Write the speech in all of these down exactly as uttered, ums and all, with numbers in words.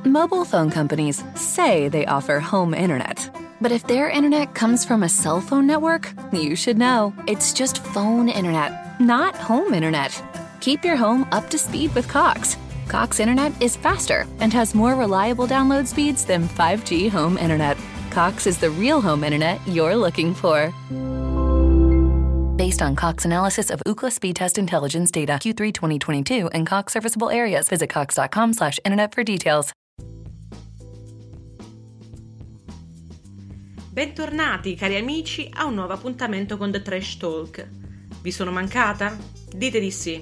Mobile phone companies say they offer home internet. But if their internet comes from a cell phone network, you should know. It's just phone internet, not home internet. Keep your home up to speed with Cox. Cox Internet is faster and has more reliable download speeds than five G home internet. Cox is the real home internet you're looking for. Based on Cox analysis of Ookla speed test intelligence data Q three twenty twenty-two and Cox serviceable areas, visit cox.com slash internet for details. Bentornati cari amici a un nuovo appuntamento con The Trash Talk. Vi sono mancata? Dite di sì.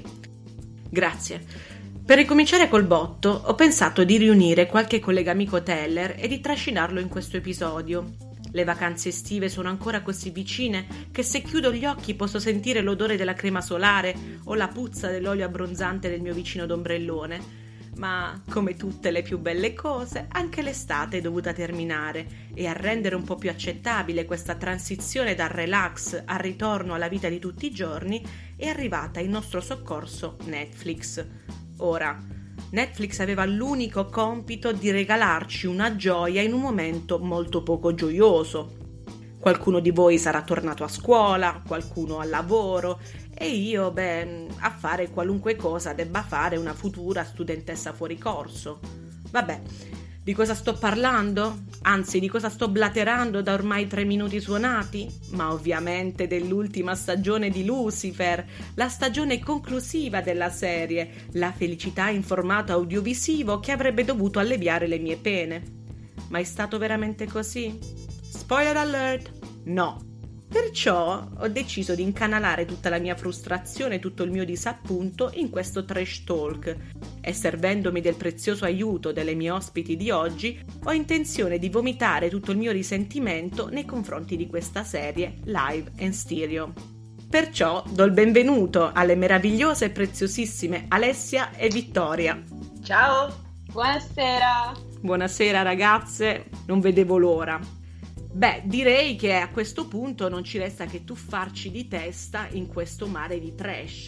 Grazie. Per ricominciare col botto, ho pensato di riunire qualche collega amico Teller e di trascinarlo in questo episodio. Le vacanze estive sono ancora così vicine che se chiudo gli occhi posso sentire l'odore della crema solare o la puzza dell'olio abbronzante del mio vicino d'ombrellone. Ma, come tutte le più belle cose, anche l'estate è dovuta terminare e a rendere un po' più accettabile questa transizione dal relax al ritorno alla vita di tutti i giorni è arrivata in nostro soccorso Netflix. Ora, Netflix aveva l'unico compito di regalarci una gioia in un momento molto poco gioioso. Qualcuno di voi sarà tornato a scuola, qualcuno al lavoro e io, beh, a fare qualunque cosa debba fare una futura studentessa fuori corso. Vabbè, di cosa sto parlando? Anzi, di cosa sto blaterando da ormai tre minuti suonati? Ma ovviamente dell'ultima stagione di Lucifer, la stagione conclusiva della serie, la felicità in formato audiovisivo che avrebbe dovuto alleviare le mie pene. Ma è stato veramente così? Spoiler alert! No! Perciò ho deciso di incanalare tutta la mia frustrazione e tutto il mio disappunto in questo trash talk e servendomi del prezioso aiuto delle mie ospiti di oggi ho intenzione di vomitare tutto il mio risentimento nei confronti di questa serie live and stereo. Perciò do il benvenuto alle meravigliose e preziosissime Alessia e Vittoria. Ciao! Buonasera! Buonasera ragazze, non vedevo l'ora. Beh, direi che a questo punto non ci resta che tuffarci di testa in questo mare di trash.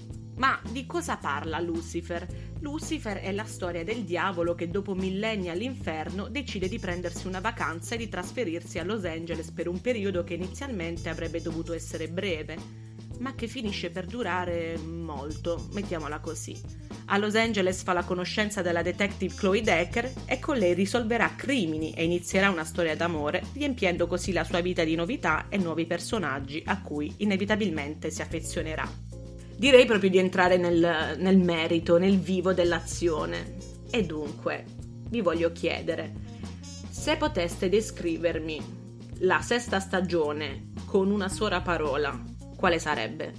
Ma di cosa parla Lucifer? Lucifer è la storia del diavolo che dopo millenni all'inferno decide di prendersi una vacanza e di trasferirsi a Los Angeles per un periodo che inizialmente avrebbe dovuto essere breve, ma che finisce per durare molto, mettiamola così. A Los Angeles fa la conoscenza della detective Chloe Decker e con lei risolverà crimini e inizierà una storia d'amore, riempiendo così la sua vita di novità e nuovi personaggi a cui inevitabilmente si affezionerà. Direi proprio di entrare nel, nel merito, nel vivo dell'azione. E dunque, vi voglio chiedere, se poteste descrivermi la sesta stagione con una sola parola, quale sarebbe?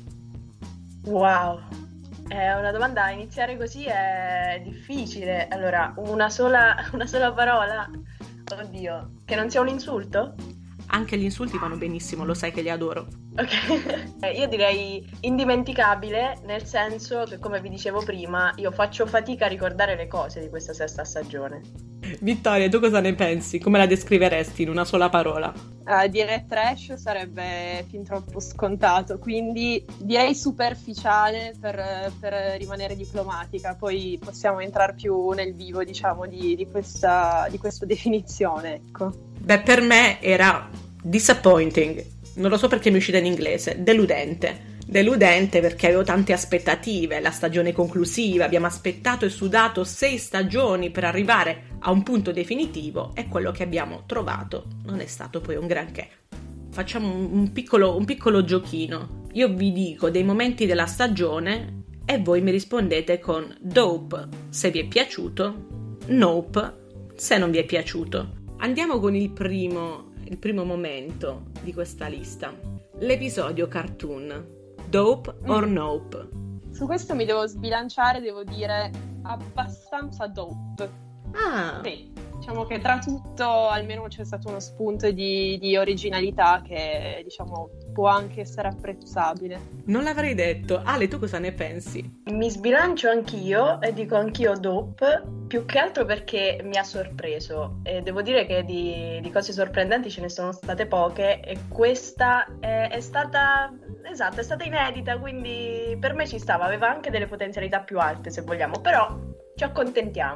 Wow! È una domanda, iniziare così è difficile. Allora, una sola, una sola parola? Oddio, che non sia un insulto? Anche gli insulti vanno benissimo, lo sai che li adoro. Ok, io direi indimenticabile, nel senso che, come vi dicevo prima, io faccio fatica a ricordare le cose di questa sesta stagione. Vittoria, tu cosa ne pensi? Come la descriveresti in una sola parola? Uh, dire trash sarebbe fin troppo scontato, quindi direi superficiale per, per rimanere diplomatica, poi possiamo entrare più nel vivo, diciamo, di, di, questa, di questa definizione, ecco. Beh, per me era disappointing, non lo so perché mi è uscita in inglese, deludente. Deludente perché avevo tante aspettative, la stagione conclusiva, abbiamo aspettato e sudato sei stagioni per arrivare a un punto definitivo e quello che abbiamo trovato non è stato poi un granché. Facciamo un, un, piccolo, un piccolo giochino, io vi dico dei momenti della stagione e voi mi rispondete con dope se vi è piaciuto, nope se non vi è piaciuto. Andiamo con il primo, il primo momento di questa lista, l'episodio cartoon. Dope or mm. nope? Su questo mi devo sbilanciare, devo dire abbastanza dope. Ah! Sì, diciamo che tra tutto almeno c'è stato uno spunto di, di originalità che, diciamo, può anche essere apprezzabile. Non l'avrei detto. Ale, tu cosa ne pensi? Mi sbilancio anch'io e dico anch'io dope, più che altro perché mi ha sorpreso e devo dire che di, di cose sorprendenti ce ne sono state poche e questa è, è stata, esatto, è stata inedita, quindi per me ci stava, aveva anche delle potenzialità più alte se vogliamo, però ci accontentiamo.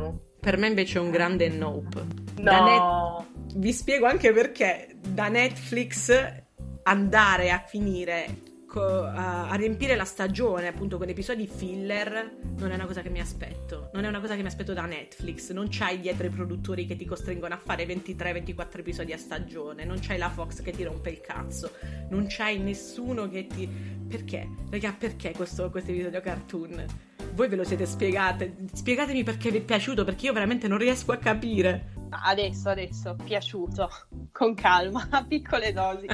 Per me invece è un grande nope. No. Da Net... Vi spiego anche perché. Da Netflix andare a finire a riempire la stagione appunto con episodi filler non è una cosa che mi aspetto non è una cosa che mi aspetto da Netflix. Non c'hai dietro i produttori che ti costringono a fare ventitré ventiquattro episodi a stagione, non c'hai la Fox che ti rompe il cazzo, non c'hai nessuno che ti... Perché? Raga, perché questo, questo episodio cartoon? Voi ve lo siete spiegate? Spiegatemi perché vi è piaciuto, perché io veramente non riesco a capire. Adesso, adesso, piaciuto, con calma, a piccole dosi.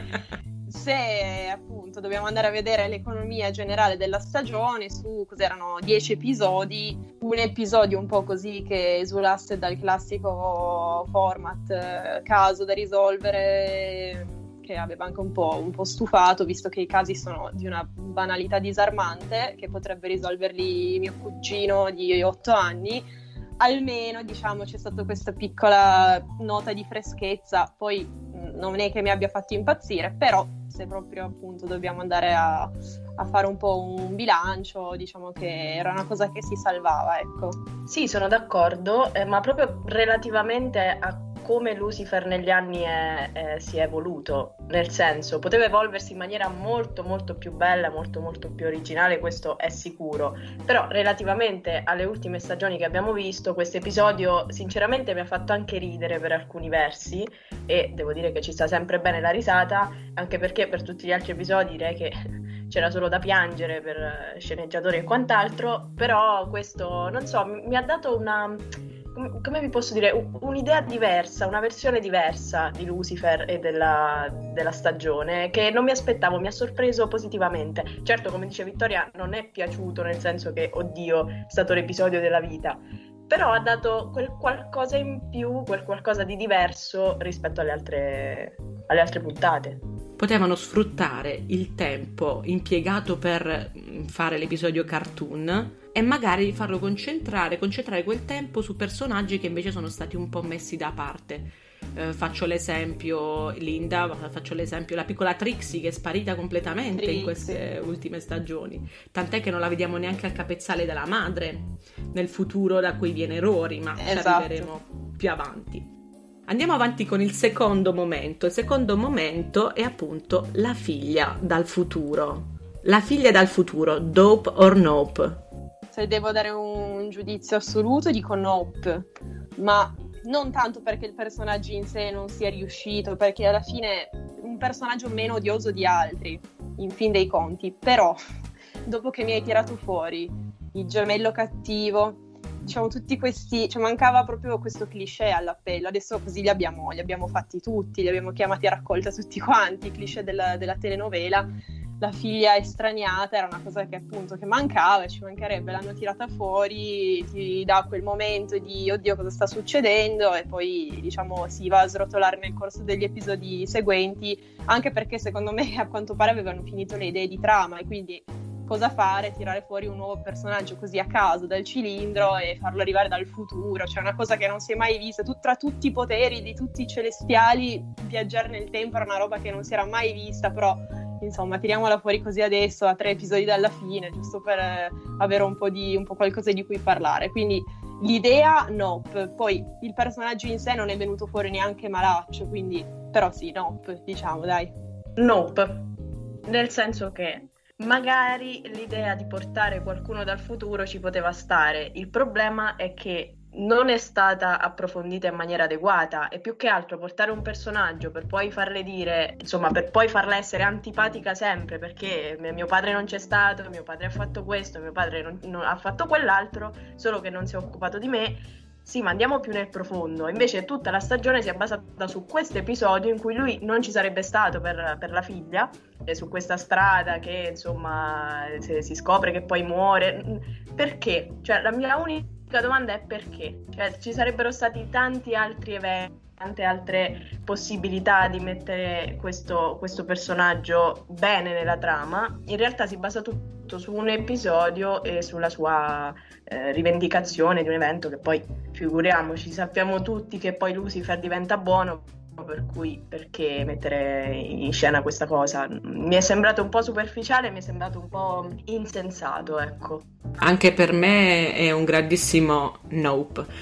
Se appunto dobbiamo andare a vedere l'economia generale della stagione, su cos'erano dieci episodi, un episodio un po' così che esulasse dal classico format eh, caso da risolvere, che aveva anche un po', un po' stufato, visto che i casi sono di una banalità disarmante che potrebbe risolverli mio cugino di otto anni. Almeno, diciamo, c'è stata questa piccola nota di freschezza. Poi non è che mi abbia fatto impazzire, però se proprio appunto dobbiamo andare a, a fare un po' un bilancio, diciamo che era una cosa che si salvava, ecco. Sì, sono d'accordo, eh, ma proprio relativamente a come Lucifer negli anni è, è, si è evoluto, nel senso, poteva evolversi in maniera molto molto più bella, molto molto più originale, questo è sicuro, però relativamente alle ultime stagioni che abbiamo visto, questo episodio sinceramente mi ha fatto anche ridere per alcuni versi, e devo dire che ci sta sempre bene la risata, anche perché per tutti gli altri episodi direi che c'era solo da piangere per sceneggiatori e quant'altro, però questo, non so, mi ha dato una... come vi posso dire, un'idea diversa, una versione diversa di Lucifer e della, della stagione, che non mi aspettavo, mi ha sorpreso positivamente. Certo, come dice Vittoria, non è piaciuto, nel senso che, oddio, è stato l'episodio della vita, però ha dato quel qualcosa in più, quel qualcosa di diverso rispetto alle altre, alle altre puntate. Potevano sfruttare il tempo impiegato per fare l'episodio cartoon e magari farlo concentrare, concentrare quel tempo su personaggi che invece sono stati un po' messi da parte. Eh, faccio l'esempio Linda, faccio l'esempio la piccola Trixie che è sparita completamente Trixie. in queste ultime stagioni, tant'è che non la vediamo neanche al capezzale della madre nel futuro da cui viene Rory, ma ci esatto. arriveremo più avanti. Andiamo avanti con il secondo momento. Il secondo momento è appunto la figlia dal futuro. La figlia dal futuro, dope or nope? Se devo dare un giudizio assoluto dico nope, ma non tanto perché il personaggio in sé non sia riuscito, perché alla fine è un personaggio meno odioso di altri, in fin dei conti, però dopo che mi hai tirato fuori il gemello cattivo, diciamo tutti questi, cioè mancava proprio questo cliché all'appello, adesso così li abbiamo, li abbiamo fatti tutti, li abbiamo chiamati a raccolta tutti quanti, i cliché della, della telenovela. La figlia estraniata era una cosa che appunto che mancava, ci mancherebbe, l'hanno tirata fuori, ti dà quel momento di oddio cosa sta succedendo e poi diciamo si va a srotolare nel corso degli episodi seguenti, anche perché secondo me a quanto pare avevano finito le idee di trama e quindi cosa fare? Tirare fuori un nuovo personaggio così a caso dal cilindro e farlo arrivare dal futuro, cioè una cosa che non si è mai vista, Tut- tra tutti i poteri di tutti i celestiali viaggiare nel tempo era una roba che non si era mai vista, però insomma tiriamola fuori così adesso a tre episodi dalla fine, giusto per eh, avere un po' di un po' qualcosa di cui parlare, quindi l'idea nope, poi il personaggio in sé non è venuto fuori neanche malaccio, quindi però sì, nope, diciamo dai. Nope, nel senso che magari l'idea di portare qualcuno dal futuro ci poteva stare, il problema è che non è stata approfondita in maniera adeguata e più che altro portare un personaggio per poi farle dire, insomma per poi farla essere antipatica sempre perché mio padre non c'è stato, mio padre ha fatto questo, mio padre non, non, ha fatto quell'altro, solo che non si è occupato di me. Sì, ma andiamo più nel profondo. Invece tutta la stagione si è basata su questo episodio in cui lui non ci sarebbe stato per, per la figlia, e su questa strada che insomma se, si scopre che poi muore. Perché? Cioè la mia unica la domanda è perché, cioè ci sarebbero stati tanti altri eventi, tante altre possibilità di mettere questo, questo personaggio bene nella trama. In realtà si basa tutto su un episodio e sulla sua eh, rivendicazione di un evento che poi, figuriamoci, sappiamo tutti che poi Lucifer diventa buono, per cui perché mettere in scena questa cosa? Mi è sembrato un po' superficiale, mi è sembrato un po' insensato, ecco. Anche per me è un grandissimo nope.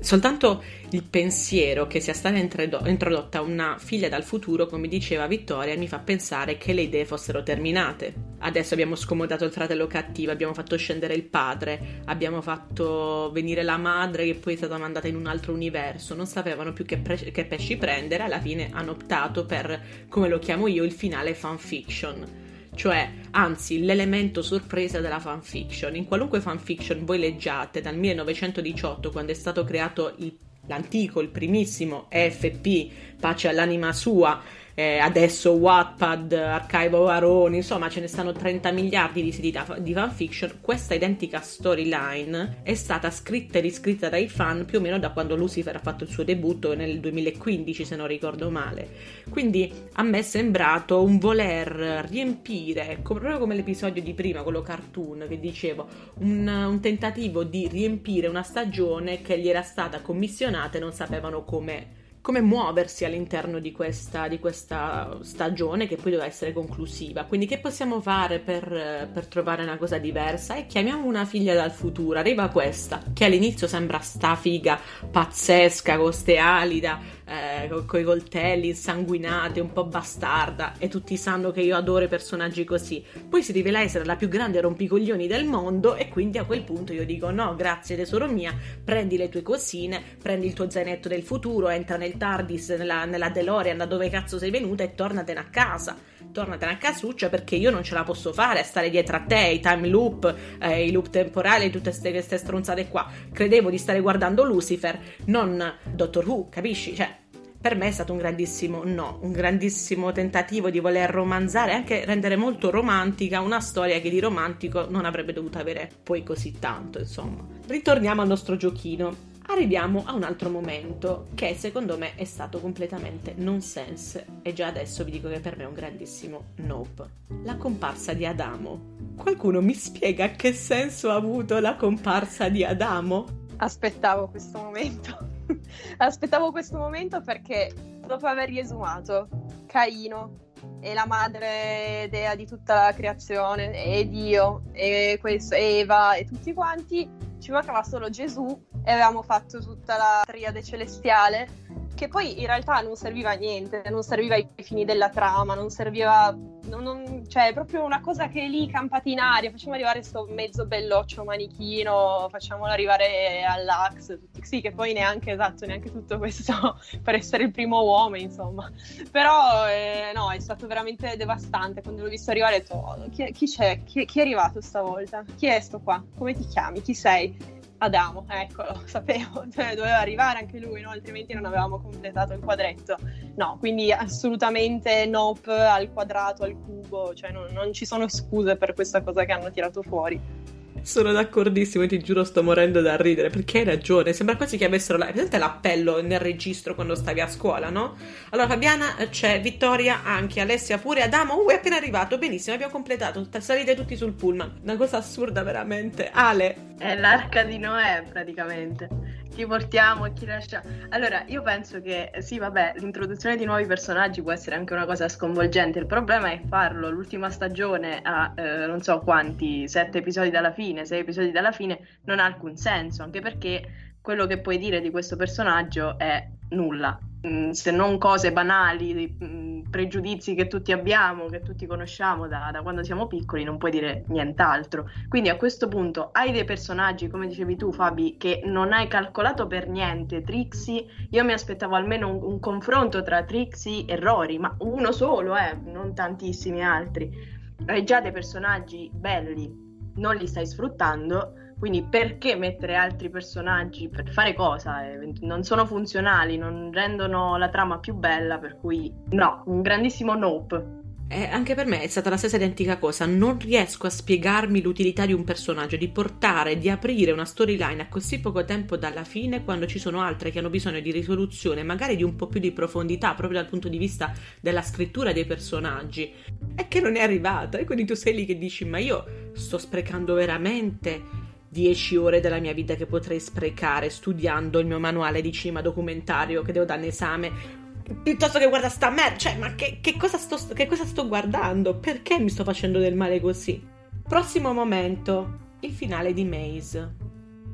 Soltanto il pensiero che sia stata introdotta una figlia dal futuro, come diceva Vittoria, mi fa pensare che le idee fossero terminate. Adesso abbiamo scomodato il fratello cattivo, abbiamo fatto scendere il padre, abbiamo fatto venire la madre che poi è stata mandata in un altro universo, non sapevano più che, pre- che pesci prendere, alla fine hanno optato per, come lo chiamo io, il finale fanfiction. Cioè, anzi, l'elemento sorpresa della fanfiction. In qualunque fanfiction voi leggiate dal millenovecentodiciotto, quando è stato creato il, l'antico, il primissimo E F P, pace all'anima sua, eh, adesso Wattpad, Archivo Varoni, insomma ce ne stanno trenta miliardi di siti di fanfiction, questa identica storyline è stata scritta e riscritta dai fan più o meno da quando Lucifer ha fatto il suo debutto nel duemilaquindici, se non ricordo male. Quindi a me è sembrato un voler riempire, proprio come l'episodio di prima, quello cartoon che dicevo, un, un tentativo di riempire una stagione che gli era stata commissionata e non sapevano come come muoversi all'interno di questa, di questa stagione che poi doveva essere conclusiva. Quindi che possiamo fare per, per trovare una cosa diversa? E chiamiamo una figlia dal futuro. Arriva questa che all'inizio sembra sta figa pazzesca con ste ali da, eh, con, con i coltelli insanguinati, un po' bastarda, e tutti sanno che io adoro i personaggi così. Poi si rivela essere la più grande rompicoglioni del mondo e quindi a quel punto io dico no, grazie tesoro mia, prendi le tue cosine, prendi il tuo zainetto del futuro, entra nel TARDIS, nella, nella DeLorean, da dove cazzo sei venuta, e tornatene a casa, tornatene a casuccia, perché io non ce la posso fare a stare dietro a te, i time loop, eh, i loop temporali, tutte queste stronzate qua. Credevo di stare guardando Lucifer, non Doctor Who, capisci? Cioè, per me è stato un grandissimo no, un grandissimo tentativo di voler romanzare, anche rendere molto romantica una storia che di romantico non avrebbe dovuto avere poi così tanto, insomma. Ritorniamo al nostro giochino. Arriviamo a un altro momento che secondo me è stato completamente nonsense, e già adesso vi dico che per me è un grandissimo nope. La comparsa di Adamo. Qualcuno mi spiega che senso ha avuto la comparsa di Adamo? Aspettavo questo momento. Aspettavo questo momento perché dopo aver riesumato Caino e la madre dea di tutta la creazione, e Dio, e questo, Eva e tutti quanti, ci mancava solo Gesù e avevamo fatto tutta la triade celestiale, che poi in realtà non serviva a niente, non serviva ai fini della trama, non serviva, non, non, cioè è proprio una cosa che è lì campata in aria. Facciamo arrivare sto mezzo belloccio manichino, facciamolo arrivare all'Axe, sì, che poi neanche, esatto, neanche tutto questo per essere il primo uomo, insomma. Però eh, no, è stato veramente devastante. Quando l'ho visto arrivare ho detto, oh, chi, chi c'è? Chi, chi è arrivato stavolta? Chi è sto qua? Come ti chiami? Chi sei? Adamo, eccolo, sapevo, cioè, doveva arrivare anche lui, no? Altrimenti non avevamo completato il quadretto. No, quindi assolutamente nope al quadrato, al cubo, cioè non, non ci sono scuse per questa cosa che hanno tirato fuori. Sono d'accordissimo, ti giuro sto morendo da ridere, perché hai ragione, sembra quasi che avessero la... presente l'appello nel registro quando stavi a scuola, no? Allora Fabiana c'è, Vittoria anche, Alessia pure, Adamo, uh, è appena arrivato, benissimo, abbiamo completato, salite tutti sul pullman, una cosa assurda veramente. Ale? È l'arca di Noè praticamente. Chi portiamo e chi lascia. Allora, io penso che sì, vabbè, l'introduzione di nuovi personaggi può essere anche una cosa sconvolgente. Il problema è farlo l'ultima stagione a eh, non so quanti, sette episodi dalla fine, sei episodi dalla fine, non ha alcun senso, anche perché quello che puoi dire di questo personaggio è nulla, mm, se non cose banali, mm, pregiudizi che tutti abbiamo, che tutti conosciamo da, da quando siamo piccoli, non puoi dire nient'altro. Quindi a questo punto hai dei personaggi, come dicevi tu Fabi, che non hai calcolato per niente. Trixie, io mi aspettavo almeno un, un confronto tra Trixie e Rory, ma uno solo, eh, non tantissimi altri. Hai già dei personaggi belli, non li stai sfruttando, quindi perché mettere altri personaggi? Per fare cosa? Eh, non sono funzionali, non rendono la trama più bella, per cui no, un grandissimo nope. Eh, anche per me è stata la stessa identica cosa, non riesco a spiegarmi l'utilità di un personaggio, di portare, di aprire una storyline a così poco tempo dalla fine, quando ci sono altre che hanno bisogno di risoluzione, magari di un po' più di profondità, proprio dal punto di vista della scrittura dei personaggi, e che non è arrivata. E quindi tu sei lì che dici, ma io sto sprecando veramente dieci ore della mia vita che potrei sprecare studiando il mio manuale di cinema documentario che devo dare in esame, piuttosto che guarda sta merda. Cioè, ma che, che, cosa sto, che cosa sto guardando? Perché mi sto facendo del male così? Prossimo momento, il finale di Maze.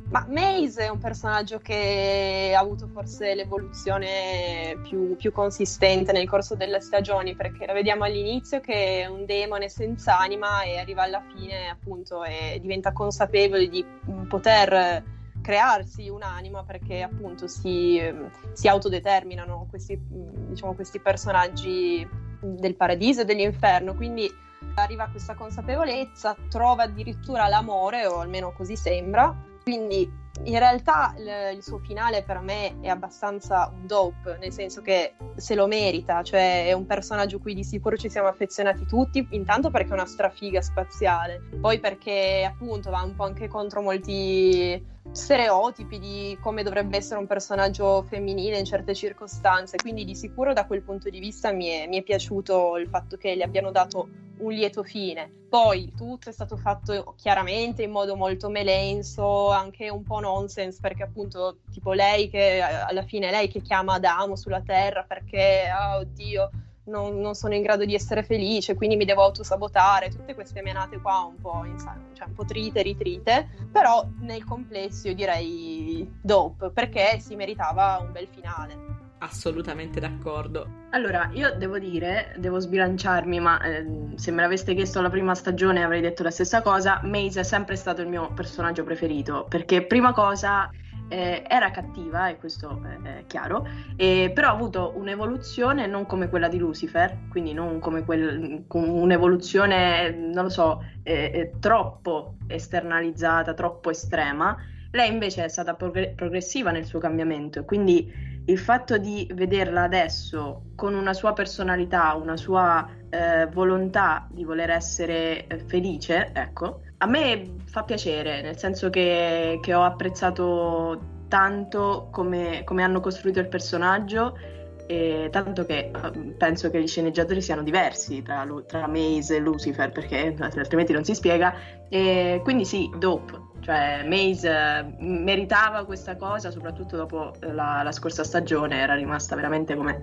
Ma Maze è un personaggio che ha avuto forse l'evoluzione più, più consistente nel corso delle stagioni, perché la vediamo all'inizio che è un demone senza anima e arriva alla fine appunto e diventa consapevole di poter crearsi un'anima, perché appunto si, si autodeterminano questi, diciamo, questi personaggi del paradiso e dell'inferno, quindi arriva a questa consapevolezza, trova addirittura l'amore, o almeno così sembra. Quindi in realtà il, il suo finale per me è abbastanza un dope, nel senso che se lo merita, cioè è un personaggio a cui di sicuro ci siamo affezionati tutti, intanto perché è una strafiga spaziale, poi perché appunto va un po' anche contro molti stereotipi di come dovrebbe essere un personaggio femminile in certe circostanze, quindi di sicuro da quel punto di vista mi è, mi è piaciuto il fatto che gli abbiano dato un lieto fine. Poi tutto è stato fatto chiaramente in modo molto melenso, anche un po' nonsense, perché appunto tipo lei che alla fine lei che chiama Adamo sulla terra perché oh, oddio non, non sono in grado di essere felice, quindi mi devo autosabotare, tutte queste menate qua un po' insane, cioè un po' trite ritrite, però nel complesso io direi dope, perché si meritava un bel finale. Assolutamente d'accordo. Allora, io devo dire, devo sbilanciarmi, ma eh, se me l'aveste chiesto la prima stagione avrei detto la stessa cosa. Maze è sempre stato il mio personaggio preferito, perché prima cosa eh, era cattiva, e questo è, è chiaro, eh, però ha avuto un'evoluzione non come quella di Lucifer, quindi non come quel, con un'evoluzione, non lo so, eh, eh, troppo esternalizzata, troppo estrema. Lei invece è stata progr- progressiva nel suo cambiamento, quindi il fatto di vederla adesso con una sua personalità, una sua eh, volontà di voler essere eh, felice, ecco, a me fa piacere, nel senso che, che ho apprezzato tanto come, come hanno costruito il personaggio, e tanto che eh, penso che gli sceneggiatori siano diversi tra, Lu- tra Maze e Lucifer, perché altrimenti non si spiega, e quindi sì, dope. Cioè Maze eh, meritava questa cosa, soprattutto dopo la, la scorsa stagione, era rimasta veramente come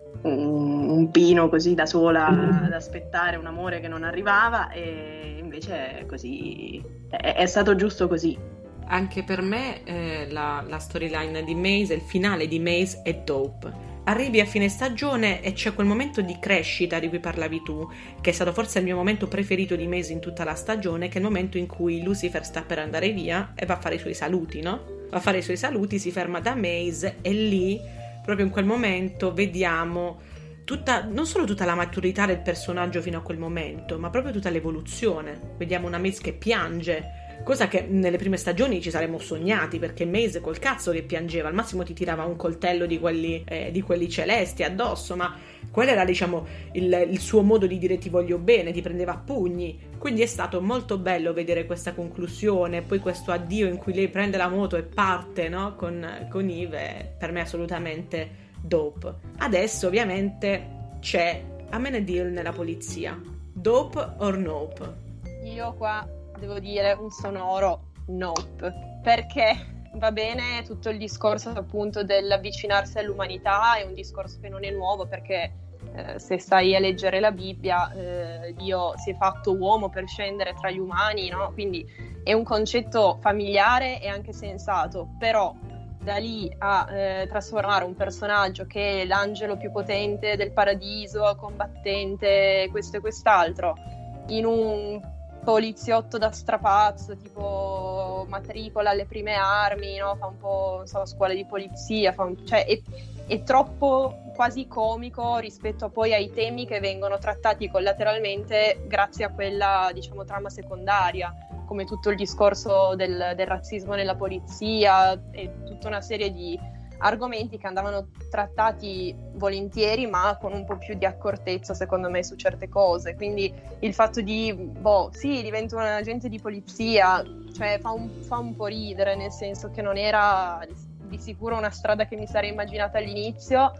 un, un pino così da sola ad aspettare un amore che non arrivava, e invece così è, è stato giusto così. Anche per me eh, la, la storyline di Maze, il finale di Maze è dope. Arrivi a fine stagione e c'è quel momento di crescita di cui parlavi tu, che è stato forse il mio momento preferito di Maze in tutta la stagione, che è il momento in cui Lucifer sta per andare via e va a fare i suoi saluti, no? Va a fare i suoi saluti, si ferma da Maze e lì, proprio in quel momento, vediamo tutta, non solo tutta la maturità del personaggio fino a quel momento, ma proprio tutta l'evoluzione. Vediamo una Maze che piange, cosa che nelle prime stagioni ci saremmo sognati, perché Maze col cazzo che piangeva, al massimo ti tirava un coltello di quelli, eh, di quelli celesti addosso, ma quello era, diciamo, il, il suo modo di dire ti voglio bene, ti prendeva a pugni. Quindi è stato molto bello vedere questa conclusione, poi questo addio in cui lei prende la moto e parte, no? con, con Eve, per me assolutamente dope. Adesso ovviamente c'è Amenadiel nella polizia, dope or nope? Io qua devo dire un sonoro nope, perché va bene tutto il discorso appunto dell'avvicinarsi all'umanità, è un discorso che non è nuovo, perché eh, se stai a leggere la Bibbia eh, Dio si è fatto uomo per scendere tra gli umani, no? Quindi è un concetto familiare e anche sensato, però da lì a eh, trasformare un personaggio che è l'angelo più potente del paradiso, combattente, questo e quest'altro, in un poliziotto da strapazzo, tipo matricola alle prime armi, no? Fa un po', non so, scuola di polizia, fa un, cioè è, è troppo quasi comico rispetto a poi ai temi che vengono trattati collateralmente grazie a quella, diciamo, trama secondaria, come tutto il discorso del, del razzismo nella polizia e tutta una serie di argomenti che andavano trattati volentieri, ma con un po' più di accortezza secondo me su certe cose. Quindi il fatto di boh sì, divento un agente di polizia, cioè fa un, fa un po' ridere, nel senso che non era di sicuro una strada che mi sarei immaginata all'inizio,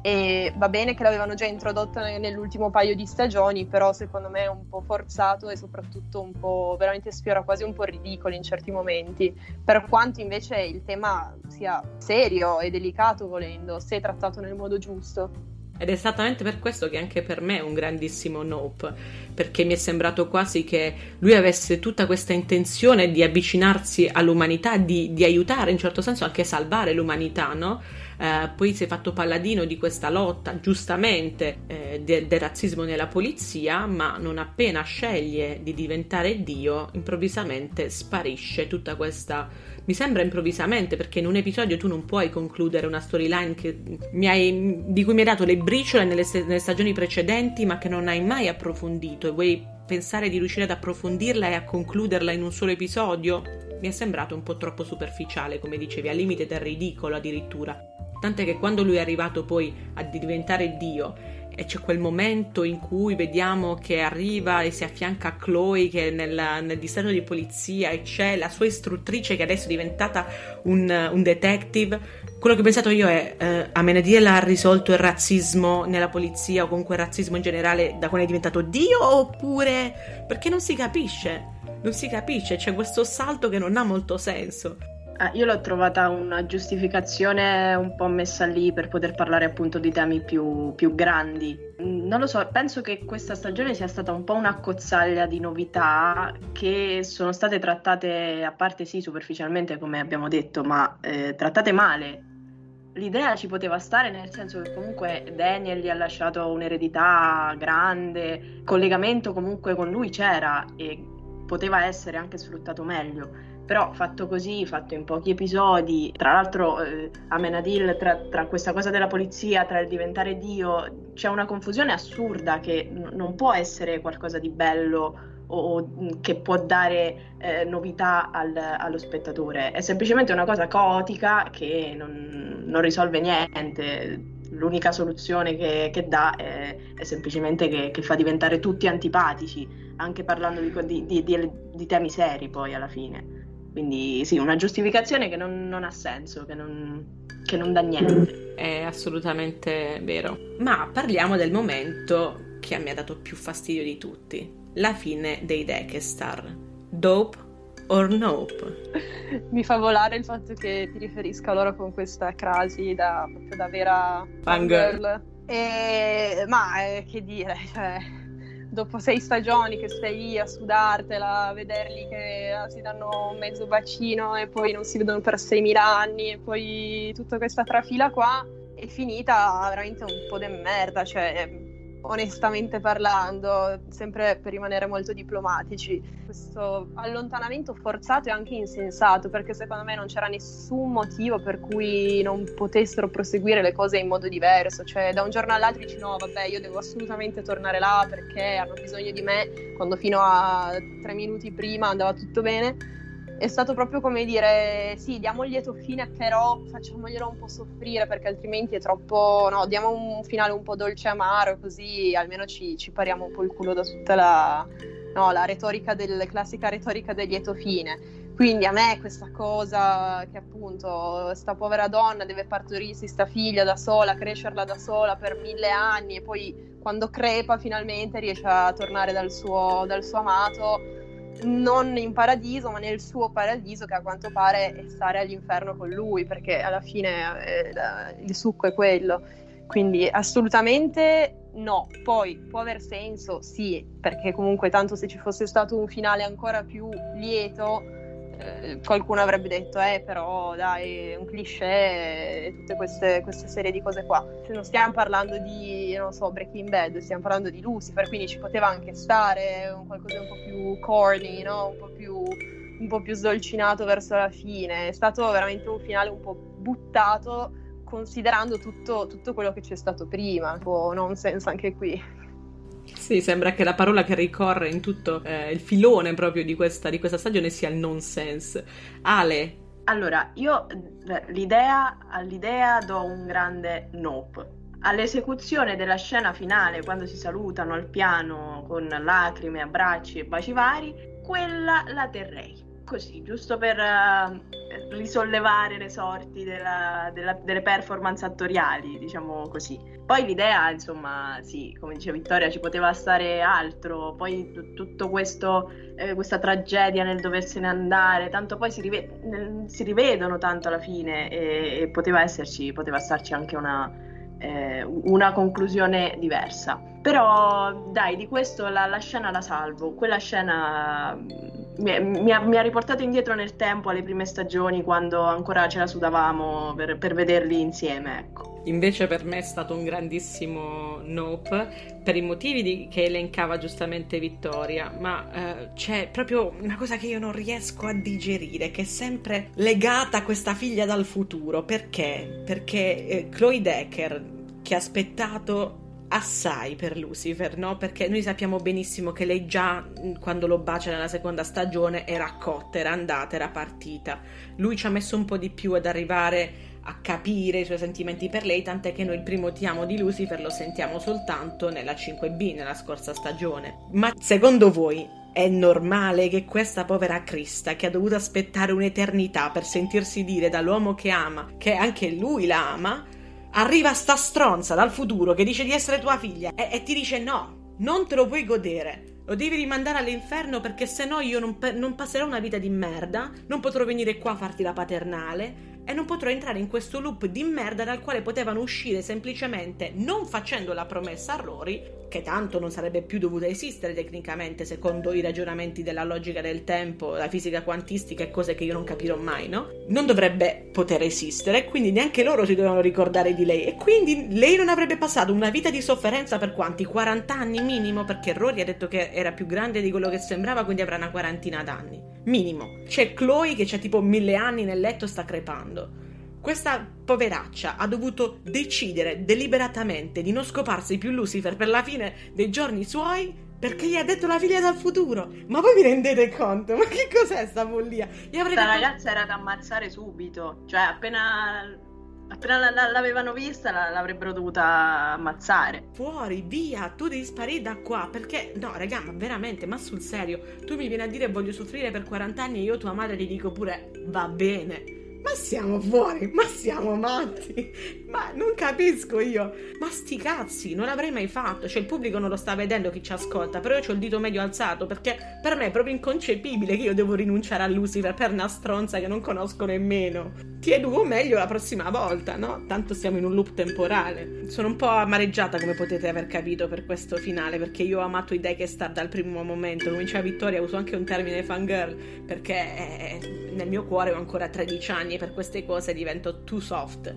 e va bene che l'avevano già introdotta nell'ultimo paio di stagioni, però secondo me è un po' forzato e soprattutto un po' veramente sfiora quasi un po' ridicolo in certi momenti, per quanto invece il tema sia serio e delicato volendo, se trattato nel modo giusto. Ed è esattamente per questo che anche per me è un grandissimo nope, perché mi è sembrato quasi che lui avesse tutta questa intenzione di avvicinarsi all'umanità, di, di aiutare in certo senso anche salvare l'umanità, no? Eh, poi si è fatto paladino di questa lotta, giustamente, eh, de- del razzismo nella polizia, ma non appena sceglie di diventare Dio, improvvisamente sparisce tutta questa... Mi sembra improvvisamente, perché in un episodio tu non puoi concludere una storyline che mi hai, di cui mi hai dato le briciole nelle, nelle stagioni precedenti, ma che non hai mai approfondito, e vuoi pensare di riuscire ad approfondirla e a concluderla in un solo episodio? Mi è sembrato un po' troppo superficiale, come dicevi, al limite del ridicolo addirittura. Tant'è che quando lui è arrivato poi a diventare Dio, e c'è quel momento in cui vediamo che arriva e si affianca a Chloe che è nel, nel distretto di polizia, e c'è la sua istruttrice che adesso è diventata un, un detective. Quello che ho pensato io è eh, Amenadiel ha risolto il razzismo nella polizia, o comunque il razzismo in generale, da quando è diventato Dio, oppure perché non si capisce non si capisce c'è questo salto che non ha molto senso. Ah, io l'ho trovata una giustificazione un po' messa lì per poter parlare appunto di temi più, più grandi. Non lo so, penso che questa stagione sia stata un po' una accozzaglia di novità che sono state trattate, a parte sì superficialmente come abbiamo detto, ma eh, trattate male. L'idea ci poteva stare, nel senso che comunque Daniel gli ha lasciato un'eredità grande, collegamento comunque con lui c'era e poteva essere anche sfruttato meglio. Però fatto così, fatto in pochi episodi, tra l'altro eh, Amenadiel tra, tra questa cosa della polizia, tra il diventare Dio, c'è una confusione assurda che n- non può essere qualcosa di bello o, o che può dare eh, novità al, allo spettatore. È semplicemente una cosa caotica che non, non risolve niente. L'unica soluzione che, che dà è, è semplicemente che, che fa diventare tutti antipatici, anche parlando di, di, di, di, di temi seri poi alla fine. Quindi sì, una giustificazione che non, non ha senso, che non, che non dà niente. È assolutamente vero. Ma parliamo del momento che mi ha dato più fastidio di tutti. La fine dei Dekestar. Dope or nope? Mi fa volare il fatto che ti riferisca a loro con questa crasi da, proprio da vera fangirl. E, ma eh, che dire, cioè... dopo sei stagioni che stai lì a sudartela, a vederli che si danno un mezzo bacino e poi non si vedono per seimila anni, e poi tutta questa trafila qua è finita veramente un po' de merda, cioè onestamente parlando, sempre per rimanere molto diplomatici, questo allontanamento forzato e anche insensato, perché secondo me non c'era nessun motivo per cui non potessero proseguire le cose in modo diverso, cioè da un giorno all'altro dici no vabbè io devo assolutamente tornare là perché hanno bisogno di me, quando fino a tre minuti prima andava tutto bene. È stato proprio come dire sì, diamo il lieto fine, però facciamoglielo un po' soffrire perché altrimenti è troppo, no, diamo un finale un po' dolce e amaro, così almeno ci, ci pariamo un po' il culo da tutta la, no, la retorica del, classica retorica del lieto fine. Quindi a me questa cosa che appunto sta povera donna deve partorirsi sta figlia da sola, crescerla da sola per mille anni e poi quando crepa finalmente riesce a tornare dal suo, dal suo amato, non in paradiso ma nel suo paradiso, che a quanto pare è stare all'inferno con lui, perché alla fine eh, il succo è quello. Quindi assolutamente no. Poi può aver senso, sì, perché comunque tanto se ci fosse stato un finale ancora più lieto eh, qualcuno avrebbe detto eh però dai, è un cliché e tutte queste, queste serie di cose qua. Se non stiamo parlando di, non so, Breaking Bad, stiamo parlando di Lucifer, quindi ci poteva anche stare un qualcosa un po' più corny, no? Un po' più un po' più sdolcinato verso la fine. È stato veramente un finale un po' buttato, considerando tutto, tutto quello che c'è stato prima. Un po' nonsense anche qui. Sì, sembra che la parola che ricorre in tutto eh, il filone proprio di questa, di questa stagione sia il nonsense. Ale? Allora, io l'idea, all'idea do un grande nope. All'esecuzione della scena finale, quando si salutano al piano con lacrime, abbracci e baci vari, quella la terrei. Così, giusto per uh, risollevare le sorti della, della, delle performance attoriali, diciamo così. Poi l'idea, insomma, sì, come dice Vittoria, ci poteva stare altro, poi t- tutto questo, eh, questa tragedia nel doversene andare, tanto poi si, rive- nel, si rivedono tanto alla fine e, e poteva esserci, poteva starci anche una, eh, una conclusione diversa. Però dai, di questo la, la scena la salvo. Quella scena mi, mi, ha, mi ha riportato indietro nel tempo alle prime stagioni, quando ancora ce la sudavamo per, per vederli insieme, ecco. Invece per me è stato un grandissimo nope, per i motivi di, che elencava giustamente Vittoria, ma eh, c'è proprio una cosa che io non riesco a digerire, che è sempre legata a questa figlia dal futuro. Perché? Perché eh, Chloe Decker, che ha aspettato assai per Lucifer, no? Perché noi sappiamo benissimo che lei già quando lo bacia nella seconda stagione era cotta, era andata, era partita. Lui ci ha messo un po' di più ad arrivare a capire i suoi sentimenti per lei, tant'è che noi il primo ti amo di Lucifer lo sentiamo soltanto nella cinque B, nella scorsa stagione. Ma secondo voi è normale che questa povera Krista, che ha dovuto aspettare un'eternità per sentirsi dire dall'uomo che ama che anche lui la ama, arriva sta stronza dal futuro che dice di essere tua figlia e, e ti dice no, non te lo puoi godere, lo devi rimandare all'inferno, perché sennò io non, non passerò una vita di merda, non potrò venire qua a farti la paternale e non potrò entrare in questo loop di merda dal quale potevano uscire semplicemente non facendo la promessa a Rory, che tanto non sarebbe più dovuta esistere tecnicamente secondo i ragionamenti della logica del tempo, la fisica quantistica e cose che io non capirò mai, no? Non dovrebbe poter esistere, quindi neanche loro si dovevano ricordare di lei, e quindi lei non avrebbe passato una vita di sofferenza per quanti? quaranta anni minimo, perché Rory ha detto che era più grande di quello che sembrava, quindi avrà una quarantina d'anni minimo. C'è Chloe che c'ha tipo mille anni nel letto, sta crepando. Questa poveraccia ha dovuto decidere deliberatamente di non scoparsi più Lucifer per la fine dei giorni suoi, perché gli ha detto la figlia dal futuro. Ma voi vi rendete conto? Ma che cos'è sta follia? Questa detto... ragazza era da ammazzare subito, cioè appena appena l'avevano vista l'avrebbero dovuta ammazzare. Fuori, via, tu devi sparire da qua, perché no raga, ma veramente, ma sul serio, tu mi vieni a dire voglio soffrire per quaranta anni e io tua madre ti dico pure va bene. Ma siamo fuori, ma siamo matti, ma non capisco io, ma sti cazzi, non l'avrei mai fatto. Cioè il pubblico non lo sta vedendo, chi ci ascolta, però io c'ho il dito medio alzato, perché per me è proprio inconcepibile che io devo rinunciare a Lucifer per una stronza che non conosco nemmeno. Ti educo meglio la prossima volta, no? Tanto siamo in un loop temporale. Sono un po' amareggiata, come potete aver capito, per questo finale, perché io ho amato i Dekestar dal primo momento. Come diceva Vittoria, uso anche un termine fangirl, perché eh, nel mio cuore ho ancora tredici anni e per queste cose divento too soft.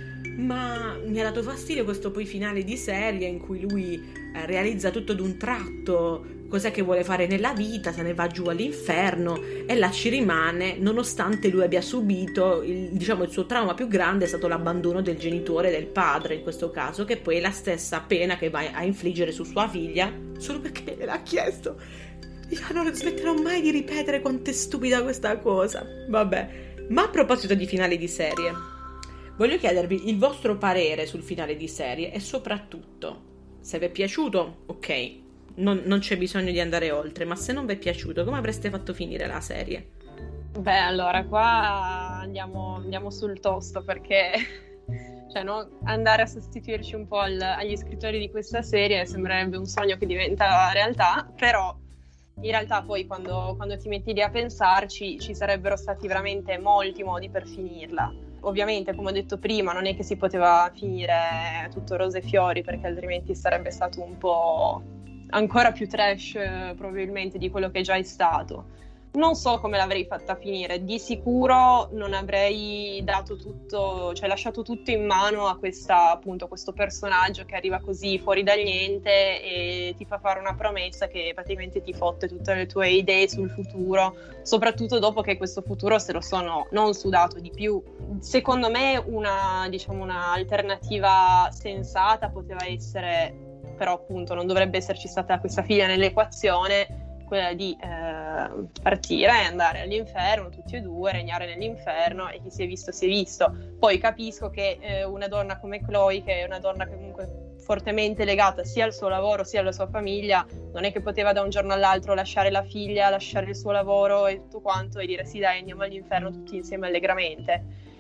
Ma mi ha dato fastidio questo poi finale di serie in cui lui eh, realizza tutto d'un tratto cos'è che vuole fare nella vita, se ne va giù all'inferno e là ci rimane, nonostante lui abbia subito il, diciamo il suo trauma più grande è stato l'abbandono del genitore, del padre in questo caso, che poi è la stessa pena che va a infliggere su sua figlia solo perché gliel'ha chiesto. Io non smetterò mai di ripetere quanto è stupida questa cosa. Vabbè, ma a proposito di finali di serie, voglio chiedervi il vostro parere sul finale di serie e soprattutto se vi è piaciuto, ok, non, non c'è bisogno di andare oltre, ma se non vi è piaciuto, come avreste fatto finire la serie? Beh, allora qua andiamo, andiamo sul tosto, perché cioè, no, andare a sostituirci un po' al, agli scrittori di questa serie sembrerebbe un sogno che diventa realtà, però in realtà poi quando, quando ti metti lì a pensarci ci sarebbero stati veramente molti modi per finirla. Ovviamente, come ho detto prima, non è che si poteva finire tutto rose e fiori, perché altrimenti sarebbe stato un po' ancora più trash eh, probabilmente di quello che già è stato. Non so come l'avrei fatta finire, di sicuro non avrei dato tutto, cioè lasciato tutto in mano a questa, appunto, a questo personaggio che arriva così fuori dal niente e ti fa fare una promessa che praticamente ti fotte tutte le tue idee sul futuro, soprattutto dopo che questo futuro se lo sono non sudato di più. Secondo me una, diciamo, una alternativa sensata poteva essere, però appunto non dovrebbe esserci stata questa figlia nell'equazione, quella di eh, partire e andare all'inferno tutti e due, regnare nell'inferno, e chi si è visto si è visto. Poi capisco che eh, una donna come Chloe, che è una donna comunque fortemente legata sia al suo lavoro sia alla sua famiglia, non è che poteva da un giorno all'altro lasciare la figlia, lasciare il suo lavoro e tutto quanto e dire sì dai andiamo all'inferno tutti insieme allegramente.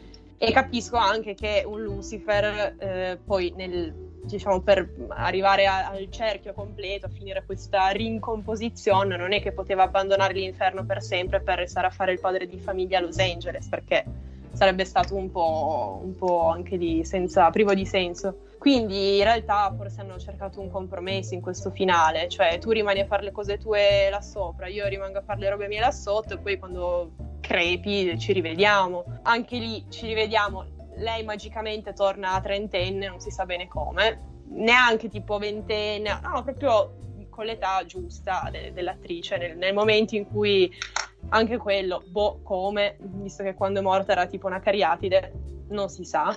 E capisco anche che un Lucifer eh, poi nel diciamo per arrivare a, al cerchio completo, a finire questa rincomposizione, non è che poteva abbandonare l'inferno per sempre per restare a fare il padre di famiglia a Los Angeles, perché sarebbe stato un po', un po' anche lì senza, privo di senso. Quindi in realtà forse hanno cercato un compromesso in questo finale, cioè tu rimani a fare le cose tue là sopra, io rimango a fare le robe mie là sotto e poi quando crepi ci rivediamo. Anche lì ci rivediamo, lei magicamente torna a trentenne, non si sa bene come, neanche tipo ventenne, no, proprio con l'età giusta de- dell'attrice, nel, nel momento in cui anche quello, boh, come, visto che quando è morta era tipo una cariatide, non si sa.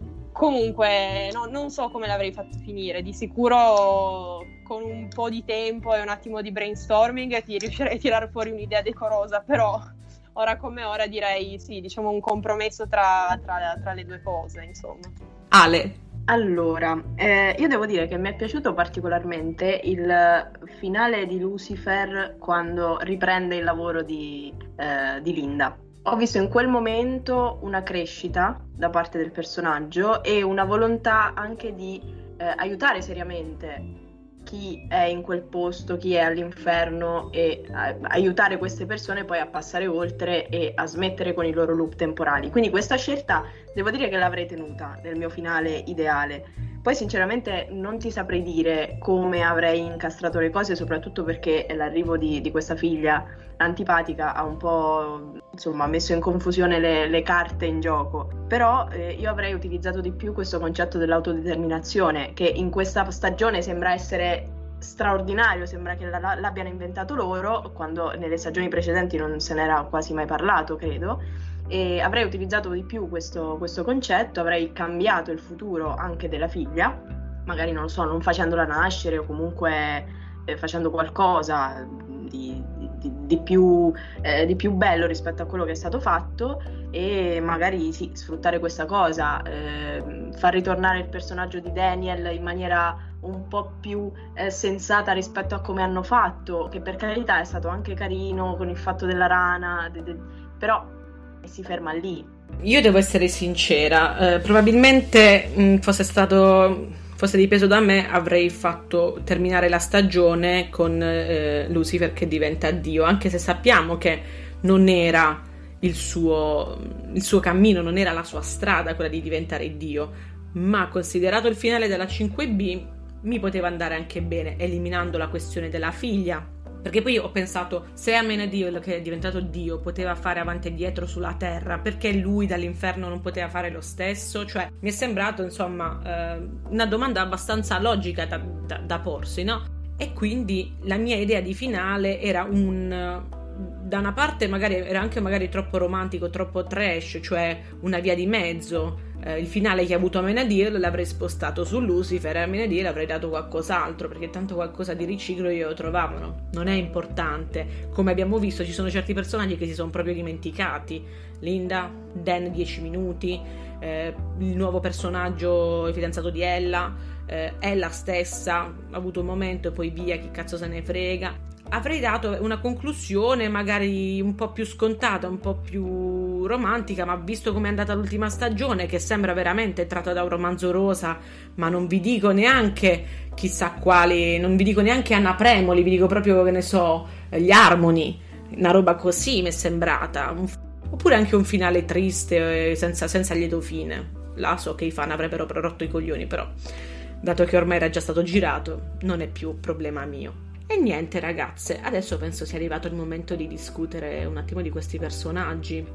Comunque, no, non so come l'avrei fatto finire, di sicuro con un po' di tempo e un attimo di brainstorming ti riuscirei a tirare fuori un'idea decorosa, però ora come ora direi sì, diciamo un compromesso tra, tra, tra le due cose, insomma. Ale. Allora, eh, io devo dire che mi è piaciuto particolarmente il finale di Lucifer quando riprende il lavoro di, eh, di Linda. Ho visto in quel momento una crescita da parte del personaggio e una volontà anche di eh, aiutare seriamente chi è in quel posto, chi è all'inferno e eh, aiutare queste persone poi a passare oltre e a smettere con i loro loop temporali. Quindi questa scelta devo dire che l'avrei tenuta nel mio finale ideale. Poi sinceramente non ti saprei dire come avrei incastrato le cose, soprattutto perché l'arrivo di, di questa figlia antipatica ha un po' insomma messo in confusione le, le carte in gioco. Però eh, io avrei utilizzato di più questo concetto dell'autodeterminazione, che in questa stagione sembra essere straordinario, sembra che la, l'abbiano inventato loro, quando nelle stagioni precedenti non se n'era quasi mai parlato, credo. E avrei utilizzato di più questo, questo concetto, avrei cambiato il futuro anche della figlia, magari non lo so, non facendola nascere o comunque eh, facendo qualcosa di, di, di, più, eh, di più bello rispetto a quello che è stato fatto, e magari sì, sfruttare questa cosa, eh, far ritornare il personaggio di Daniel in maniera un po' più eh, sensata rispetto a come hanno fatto, che per carità è stato anche carino con il fatto della rana, de, de, però si ferma lì. Io devo essere sincera, eh, probabilmente mh, fosse stato fosse dipeso da me avrei fatto terminare la stagione con eh, Lucifer che diventa Dio, anche se sappiamo che non era il suo il suo cammino, non era la sua strada quella di diventare Dio, ma considerato il finale della cinque B mi poteva andare anche bene eliminando la questione della figlia. Perché poi ho pensato, se Amenadiel, che è diventato Dio, poteva fare avanti e dietro sulla terra, perché lui dall'inferno non poteva fare lo stesso? Cioè, mi è sembrato, insomma, eh, una domanda abbastanza logica da, da, da porsi, no? E quindi la mia idea di finale era un... da una parte magari era anche magari troppo romantico, troppo trash, cioè una via di mezzo. Eh, il finale che ha avuto Amenadiel l'avrei spostato su Lucifer e a Amenadiel avrei dato qualcos'altro, perché tanto qualcosa di riciclo io lo trovavano. Non è importante. Come abbiamo visto, ci sono certi personaggi che si sono proprio dimenticati. Linda, Dan dieci minuti, eh, il nuovo personaggio, il fidanzato di Ella, eh, Ella stessa ha avuto un momento e poi via, chi cazzo se ne frega. Avrei dato una conclusione magari un po' più scontata, un po' più romantica, ma visto come è andata l'ultima stagione, che sembra veramente tratta da un romanzo rosa, ma non vi dico neanche chissà quali, non vi dico neanche Anna Premoli, vi dico proprio, che ne so, gli Harmony, una roba così mi è sembrata, un, oppure anche un finale triste, senza, senza lieto fine. Là so che i fan avrebbero rotto i coglioni, però dato che ormai era già stato girato, non è più problema mio. E niente ragazze, adesso penso sia arrivato il momento di discutere un attimo di questi personaggi.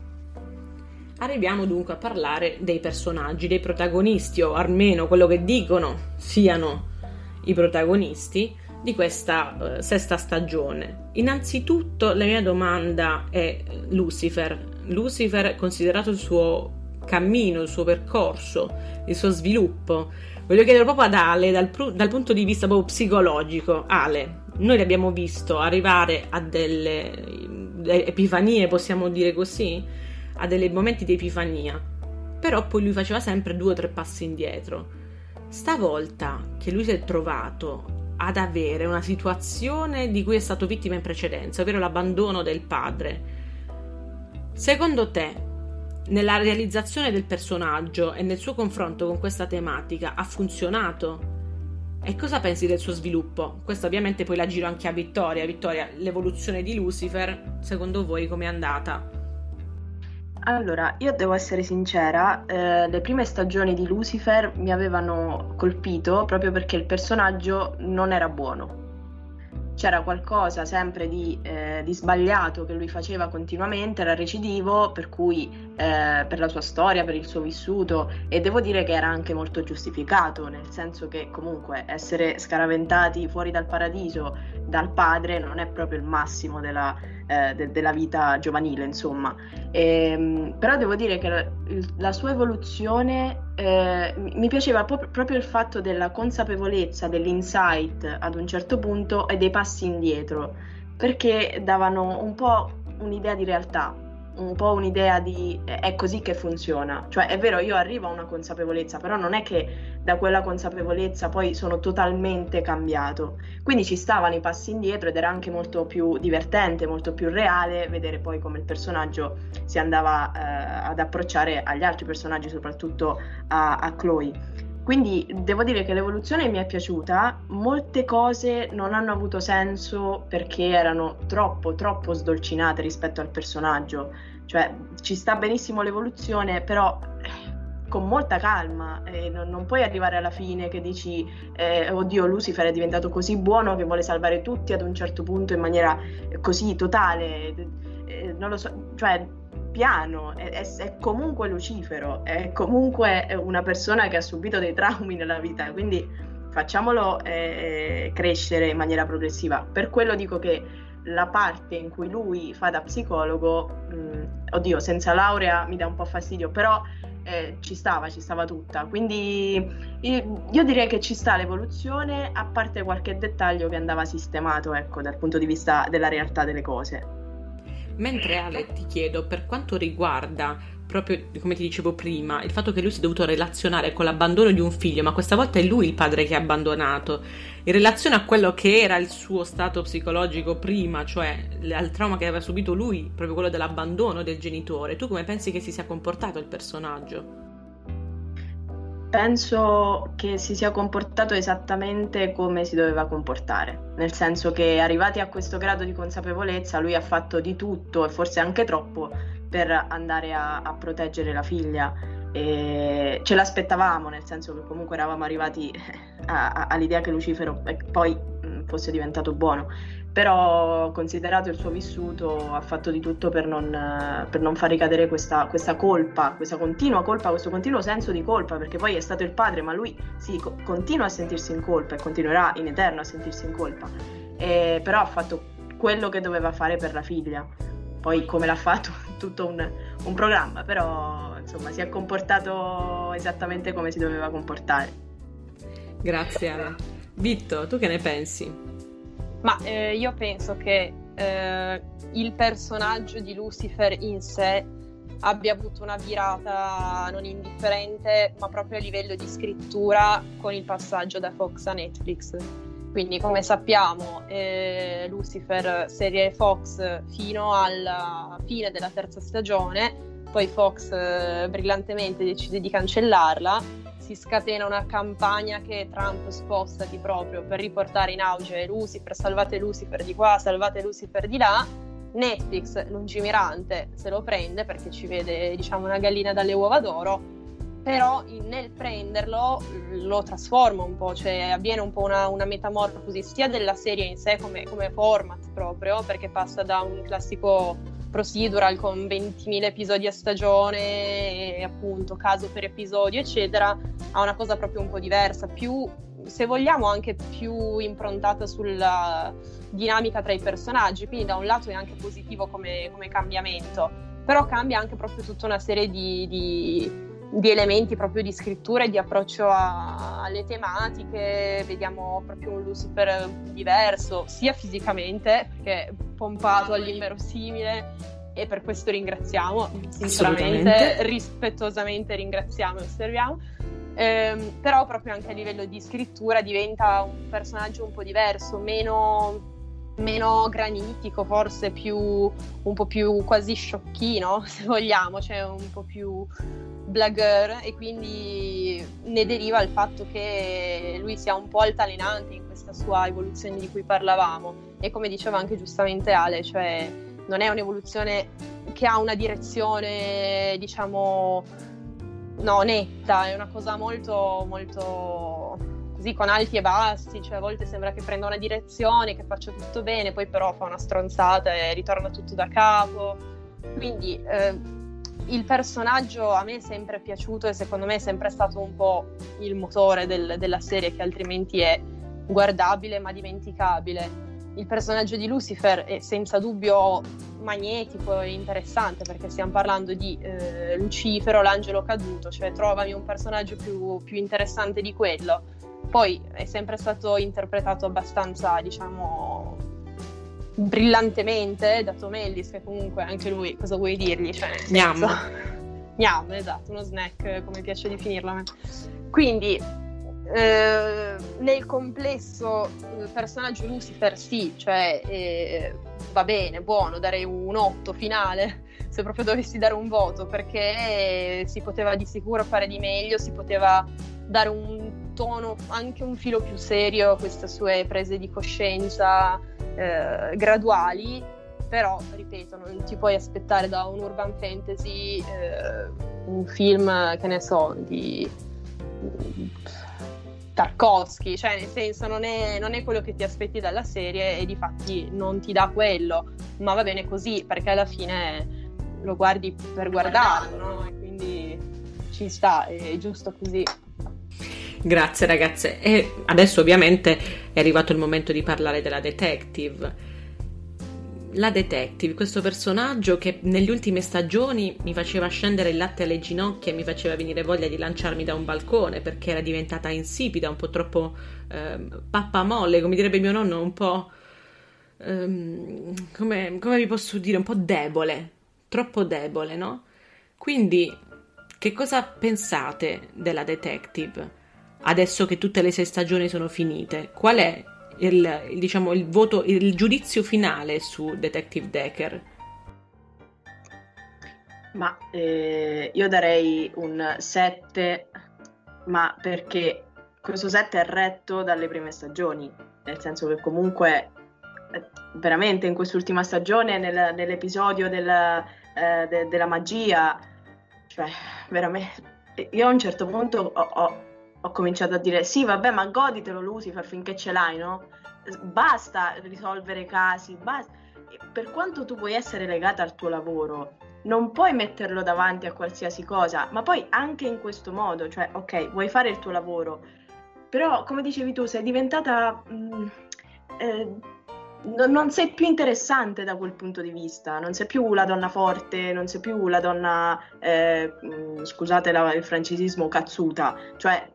Arriviamo dunque a parlare dei personaggi, dei protagonisti, o almeno quello che dicono siano i protagonisti di questa uh, sesta stagione. Innanzitutto la mia domanda è Lucifer. Lucifer, considerato il suo cammino, il suo percorso, il suo sviluppo, voglio chiedere proprio ad Ale, dal, dal punto di vista proprio psicologico. Ale, noi l'abbiamo visto arrivare a delle, delle epifanie, possiamo dire così, a dei momenti di epifania, però poi lui faceva sempre due o tre passi indietro. Stavolta che lui si è trovato ad avere una situazione di cui è stato vittima in precedenza, ovvero l'abbandono del padre, secondo te nella realizzazione del personaggio e nel suo confronto con questa tematica ha funzionato? E cosa pensi del suo sviluppo? Questo ovviamente poi la giro anche a Vittoria. Vittoria, l'evoluzione di Lucifer, secondo voi com'è andata? Allora, io devo essere sincera, eh, le prime stagioni di Lucifer mi avevano colpito proprio perché il personaggio non era buono. C'era qualcosa sempre di, eh, di sbagliato che lui faceva continuamente, era recidivo, per cui eh, per la sua storia, per il suo vissuto, e devo dire che era anche molto giustificato, nel senso che comunque essere scaraventati fuori dal paradiso dal padre non è proprio il massimo della, eh, de- della vita giovanile, insomma. E, però devo dire che la, la sua evoluzione eh, mi piaceva po- proprio il fatto della consapevolezza, dell'insight ad un certo punto e dei passi indietro, perché davano un po' un'idea di realtà, un po' un'idea di eh, è così che funziona. Cioè è vero, io arrivo a una consapevolezza, però non è che da quella consapevolezza poi sono totalmente cambiato. Quindi ci stavano i passi indietro ed era anche molto più divertente, molto più reale vedere poi come il personaggio si andava eh, ad approcciare agli altri personaggi, soprattutto a, a Chloe. Quindi devo dire che l'evoluzione mi è piaciuta, molte cose non hanno avuto senso perché erano troppo, troppo sdolcinate rispetto al personaggio. Cioè ci sta benissimo l'evoluzione, però con molta calma, eh, non, non puoi arrivare alla fine che dici eh, oddio, Lucifer è diventato così buono che vuole salvare tutti ad un certo punto in maniera così totale, eh, non lo so, cioè piano, è, è, è comunque Lucifero, è comunque una persona che ha subito dei traumi nella vita, quindi facciamolo eh, crescere in maniera progressiva. Per quello dico che la parte in cui lui fa da psicologo, mh, oddio, senza laurea mi dà un po' fastidio, però eh, ci stava, ci stava tutta, quindi io, io direi che ci sta l'evoluzione, a parte qualche dettaglio che andava sistemato, ecco, dal punto di vista della realtà delle cose. Mentre Ale, ti chiedo, per quanto riguarda proprio, come ti dicevo prima, il fatto che lui si è dovuto relazionare con l'abbandono di un figlio, ma questa volta è lui il padre che ha abbandonato, in relazione a quello che era il suo stato psicologico prima, cioè al trauma che aveva subito lui, proprio quello dell'abbandono del genitore, tu come pensi che si sia comportato il personaggio? Penso che si sia comportato esattamente come si doveva comportare, nel senso che arrivati a questo grado di consapevolezza lui ha fatto di tutto e forse anche troppo per andare a, a proteggere la figlia. E ce l'aspettavamo, nel senso che comunque eravamo arrivati a, a, all'idea che Lucifero poi mh, fosse diventato buono, però considerato il suo vissuto ha fatto di tutto per non, per non far ricadere questa, questa colpa, questa continua colpa, questo continuo senso di colpa, perché poi è stato il padre, ma lui sì, co- continua a sentirsi in colpa e continuerà in eterno a sentirsi in colpa, e, però ha fatto quello che doveva fare per la figlia. Poi come l'ha fatto, tutto un, un programma, però insomma si è comportato esattamente come si doveva comportare. Grazie Ale. Vitto, tu che ne pensi? Ma eh, io penso che eh, il personaggio di Lucifer in sé abbia avuto una virata non indifferente, ma proprio a livello di scrittura con il passaggio da Fox a Netflix. Quindi, come sappiamo, eh, Lucifer serie Fox fino alla fine della terza stagione, poi Fox eh, brillantemente decide di cancellarla. Si scatena una campagna che Trump spostati proprio per riportare in auge Lucifer, salvate Lucifer di qua, salvate Lucifer di là. Netflix, lungimirante, se lo prende perché ci vede, diciamo, una gallina dalle uova d'oro, però in, nel prenderlo lo trasforma un po', cioè avviene un po' una, una metamorfosi sia della serie in sé come, come format proprio, perché passa da un classico procedural con ventimila episodi a stagione e appunto caso per episodio eccetera, a una cosa proprio un po' diversa, più, se vogliamo, anche più improntata sulla dinamica tra i personaggi, quindi da un lato è anche positivo come, come cambiamento, però cambia anche proprio tutta una serie di, di, di elementi proprio di scrittura e di approccio a, alle tematiche. Vediamo proprio un Lucifer diverso, sia fisicamente, perché pompato all'inverosimile, e per questo ringraziamo, sinceramente, rispettosamente ringraziamo e osserviamo. Ehm, però proprio anche a livello di scrittura diventa un personaggio un po' diverso, meno, meno granitico, forse più un po' più quasi sciocchino, se vogliamo, cioè un po' più blagger, e quindi ne deriva il fatto che lui sia un po' altalenante in questa sua evoluzione di cui parlavamo, e come diceva anche giustamente Ale, cioè non è un'evoluzione che ha una direzione, diciamo, no, netta, è una cosa molto, molto così, con alti e bassi, cioè a volte sembra che prenda una direzione, che faccia tutto bene, poi però fa una stronzata e ritorna tutto da capo. Quindi eh, il personaggio a me è sempre piaciuto e secondo me è sempre stato un po' il motore del, della serie, che altrimenti è guardabile ma dimenticabile. Il personaggio di Lucifer è senza dubbio magnetico e interessante, perché stiamo parlando di eh, Lucifero, l'angelo caduto, cioè trovami un personaggio più, più interessante di quello. Poi è sempre stato interpretato abbastanza, diciamo, brillantemente da Tom Ellis, che comunque anche lui, cosa vuoi dirgli? Cioè, nel senso... Gnam, esatto, uno snack, come piace definirlo a me. Quindi Eh, nel complesso il personaggio Lucifer sì, cioè eh, va bene, buono, darei un otto finale se proprio dovessi dare un voto, perché si poteva di sicuro fare di meglio, si poteva dare un tono anche un filo più serio a queste sue prese di coscienza eh, graduali, però ripeto, non ti puoi aspettare da un urban fantasy eh, un film, che ne so, di Tarkovsky, cioè nel senso non è, non è quello che ti aspetti dalla serie e difatti non ti dà quello, ma va bene così, perché alla fine lo guardi per guardarlo, no? E quindi ci sta, è giusto così. Grazie ragazze, e adesso ovviamente è arrivato il momento di parlare della detective. La detective, questo personaggio che nelle ultime stagioni mi faceva scendere il latte alle ginocchia e mi faceva venire voglia di lanciarmi da un balcone, perché era diventata insipida, un po' troppo eh, pappamolle, come direbbe mio nonno, un po' ehm, come, come vi posso dire, un po' debole, troppo debole, no? Quindi che cosa pensate della detective adesso che tutte le sei stagioni sono finite? Qual è Il, il, diciamo, il voto, il giudizio finale su Detective Decker? Ma eh, io darei un sette, ma perché questo sette è retto dalle prime stagioni, nel senso che comunque eh, veramente in quest'ultima stagione, nel, nell'episodio del, eh, de, della magia, cioè veramente io a un certo punto ho, ho ho cominciato a dire sì vabbè, ma goditelo Lucifer finché ce l'hai, no? Basta risolvere casi, basta. Per quanto tu puoi essere legata al tuo lavoro, non puoi metterlo davanti a qualsiasi cosa, ma poi anche in questo modo, cioè ok, vuoi fare il tuo lavoro, però come dicevi tu sei diventata mh, eh, no, non sei più interessante da quel punto di vista, non sei più la donna forte, non sei più la donna eh, mh, scusate la, il francesismo, cazzuta, cioè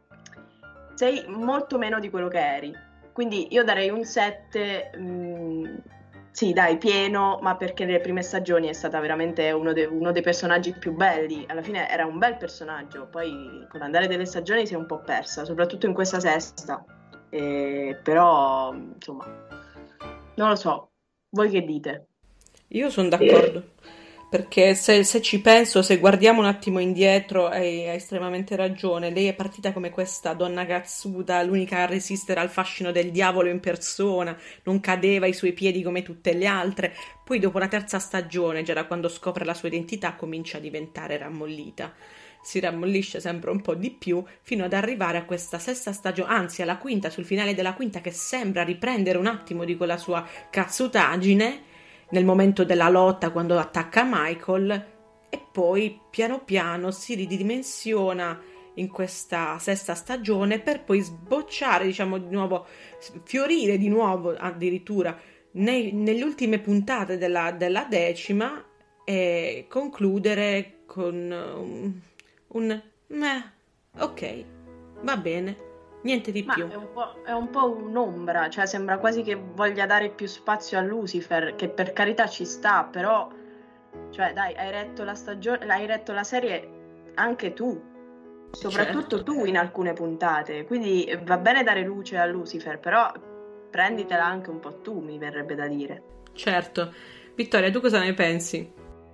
sei molto meno di quello che eri. Quindi io darei un sette, mh, sì dai, pieno, ma perché nelle prime stagioni è stata veramente uno, de- uno dei personaggi più belli. Alla fine era un bel personaggio, poi con l'andare delle stagioni si è un po' persa, soprattutto in questa sesta. E, però, insomma, non lo so, voi che dite? Io sono d'accordo, perché se, se ci penso, se guardiamo un attimo indietro, hai, hai estremamente ragione. Lei è partita come questa donna cazzuta, l'unica a resistere al fascino del diavolo in persona, non cadeva ai suoi piedi come tutte le altre. Poi dopo la terza stagione, già da quando scopre la sua identità, comincia a diventare rammollita. Si rammollisce sempre un po' di più, fino ad arrivare a questa sesta stagione, anzi alla quinta, sul finale della quinta, che sembra riprendere un attimo di quella sua cazzutaggine nel momento della lotta, quando attacca Michael, e poi piano piano si ridimensiona in questa sesta stagione per poi sbocciare, diciamo, di nuovo, fiorire di nuovo addirittura nei, nelle ultime puntate della, della decima e concludere con un, un meh, ok, va bene. Niente di Ma più. è un po', è un po' un'ombra, cioè sembra quasi che voglia dare più spazio a Lucifer, che per carità ci sta, però, cioè dai, hai retto la stagione, hai retto la serie anche tu, soprattutto Certo. tu in alcune puntate, quindi va bene dare luce a Lucifer, però prenditela anche un po' tu, mi verrebbe da dire. Certo. Vittoria, tu cosa ne pensi?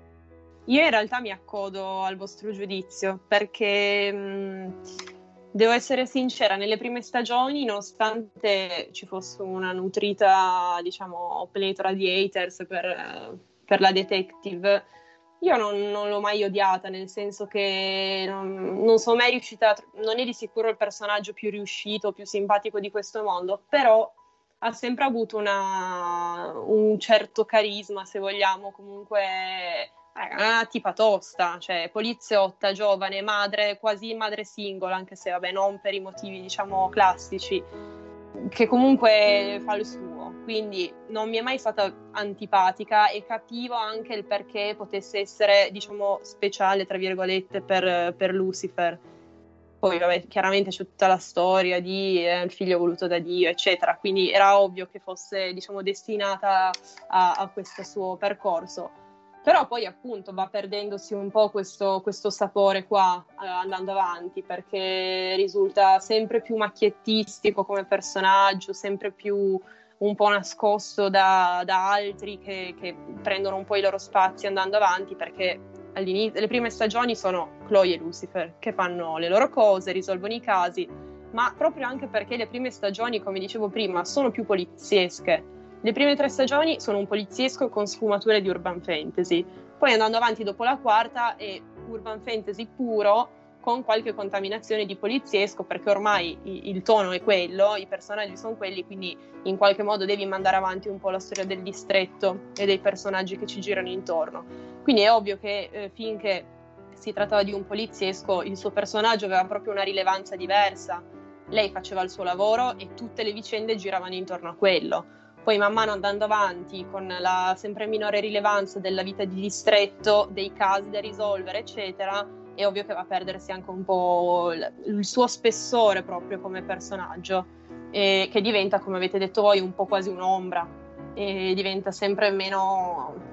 Io in realtà mi accodo al vostro giudizio, perché mh, devo essere sincera, nelle prime stagioni, nonostante ci fosse una nutrita, diciamo, pletora di haters per, per la detective, Io non, non l'ho mai odiata, nel senso che non, non sono mai riuscita, a, non è di sicuro il personaggio più riuscito, più simpatico di questo mondo, però ha sempre avuto una, un certo carisma, se vogliamo, comunque è una tipa tosta, cioè poliziotta, giovane, madre, quasi madre singola, anche se vabbè non per i motivi diciamo classici, che comunque fa il suo, quindi non mi è mai stata antipatica e capivo anche il perché potesse essere diciamo speciale tra virgolette per, per Lucifer. Poi vabbè, chiaramente c'è tutta la storia di eh, il figlio voluto da Dio, eccetera, quindi era ovvio che fosse, diciamo, destinata a, a questo suo percorso. Però poi appunto va perdendosi un po' questo, questo sapore qua eh, andando avanti, perché risulta sempre più macchiettistico come personaggio, sempre più un po' nascosto da, da altri che, che prendono un po' i loro spazi andando avanti, perché all'inizio, le prime stagioni sono Chloe e Lucifer che fanno le loro cose, risolvono i casi, ma proprio anche perché le prime stagioni, come dicevo prima, sono più poliziesche. Le prime tre stagioni sono un poliziesco con sfumature di urban fantasy, poi andando avanti dopo la quarta è urban fantasy puro con qualche contaminazione di poliziesco, perché ormai il tono è quello, i personaggi sono quelli, quindi in qualche modo devi mandare avanti un po' la storia del distretto e dei personaggi che ci girano intorno. Quindi è ovvio che eh, finché si trattava di un poliziesco, il suo personaggio aveva proprio una rilevanza diversa. Lei faceva il suo lavoro e tutte le vicende giravano intorno a quello. Poi man mano andando avanti con la sempre minore rilevanza della vita di distretto, dei casi da risolvere, eccetera, è ovvio che va a perdersi anche un po' il suo spessore proprio come personaggio, e che diventa, come avete detto voi, un po' quasi un'ombra, e diventa sempre meno...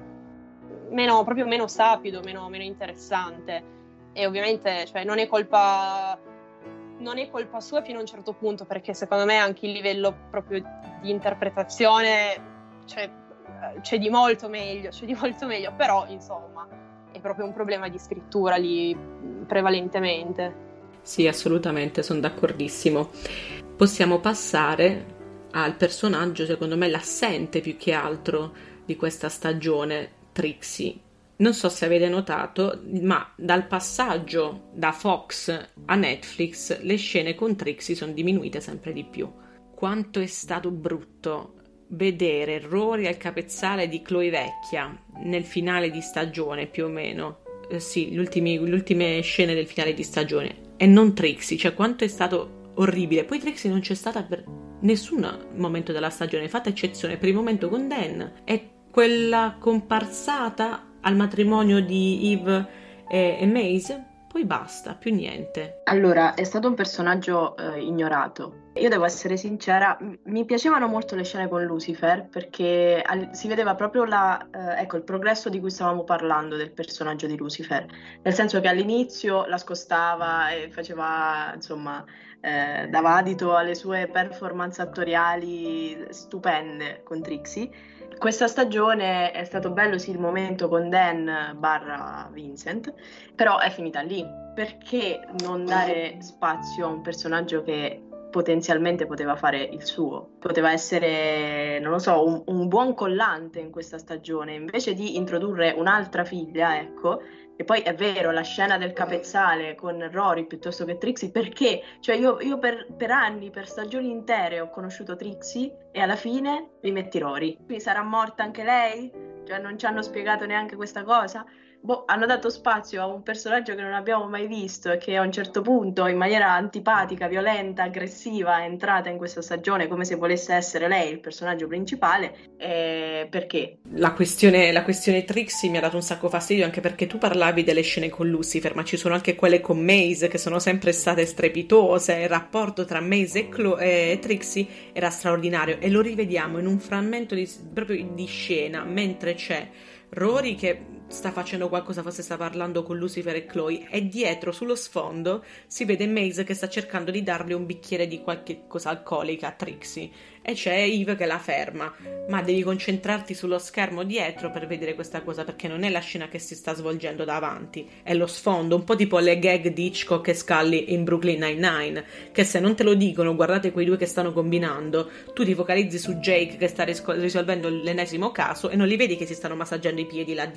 meno proprio meno sapido, meno, meno interessante. E ovviamente cioè, non è colpa non è colpa sua fino a un certo punto, perché secondo me anche il livello proprio di interpretazione cioè, c'è di molto meglio c'è di molto meglio però insomma è proprio un problema di scrittura lì prevalentemente. Sì, assolutamente, sono d'accordissimo. Possiamo passare al personaggio secondo me l'assente più che altro di questa stagione, Trixie. Non so se avete notato, ma dal passaggio da Fox a Netflix le scene con Trixie sono diminuite sempre di più. Quanto è stato brutto vedere Rory al capezzale di Chloe vecchia nel finale di stagione, più o meno. Eh, sì, gli ultimi, le ultime scene del finale di stagione. E non Trixie, cioè quanto è stato orribile. Poi Trixie non c'è stata per nessun momento della stagione, fatta eccezione per il momento con Dan e quella comparsata al matrimonio di Eve e, e Maze, poi basta, più niente. Allora, è stato un personaggio eh, ignorato. Io devo essere sincera, m- mi piacevano molto le scene con Lucifer, perché al- si vedeva proprio la, eh, ecco, il progresso di cui stavamo parlando del personaggio di Lucifer, nel senso che all'inizio la scostava e faceva, insomma, eh, dava adito alle sue performance attoriali stupende con Trixie. Questa stagione è stato bello sì il momento con Dan barra Vincent, però è finita lì. Perché non dare spazio a un personaggio che potenzialmente poteva fare il suo? Poteva essere, non lo so, un, un buon collante in questa stagione, invece di introdurre un'altra figlia, ecco. E poi è vero, la scena del capezzale con Rory piuttosto che Trixie, perché? Cioè io, io per, per anni, per stagioni intere ho conosciuto Trixie e alla fine mi metti Rory. Quindi sarà morta anche lei? Cioè non ci hanno spiegato neanche questa cosa? Boh, hanno dato spazio a un personaggio che non abbiamo mai visto e che a un certo punto in maniera antipatica, violenta, aggressiva è entrata in questa stagione come se volesse essere lei il personaggio principale. Eh, perché? La questione, la questione Trixie mi ha dato un sacco fastidio, anche perché tu parlavi delle scene con Lucifer, ma ci sono anche quelle con Maze che sono sempre state strepitose. Il rapporto tra Maze e, Chlo- e Trixie era straordinario e lo rivediamo in un frammento di, proprio di scena mentre c'è Rory che sta facendo qualcosa, forse sta parlando con Lucifer e Chloe, e dietro sullo sfondo si vede Maze che sta cercando di darle un bicchiere di qualche cosa alcolica a Trixie e c'è Eve che la ferma. Ma devi concentrarti sullo schermo dietro per vedere questa cosa, perché non è la scena che si sta svolgendo davanti, è lo sfondo, un po' tipo le gag di Hitchcock e Scully in Brooklyn Nine-Nine, che se non te lo dicono, guardate quei due che stanno combinando, tu ti focalizzi su Jake che sta ris- risolvendo l'ennesimo caso e non li vedi che si stanno massaggiando i piedi là dietro.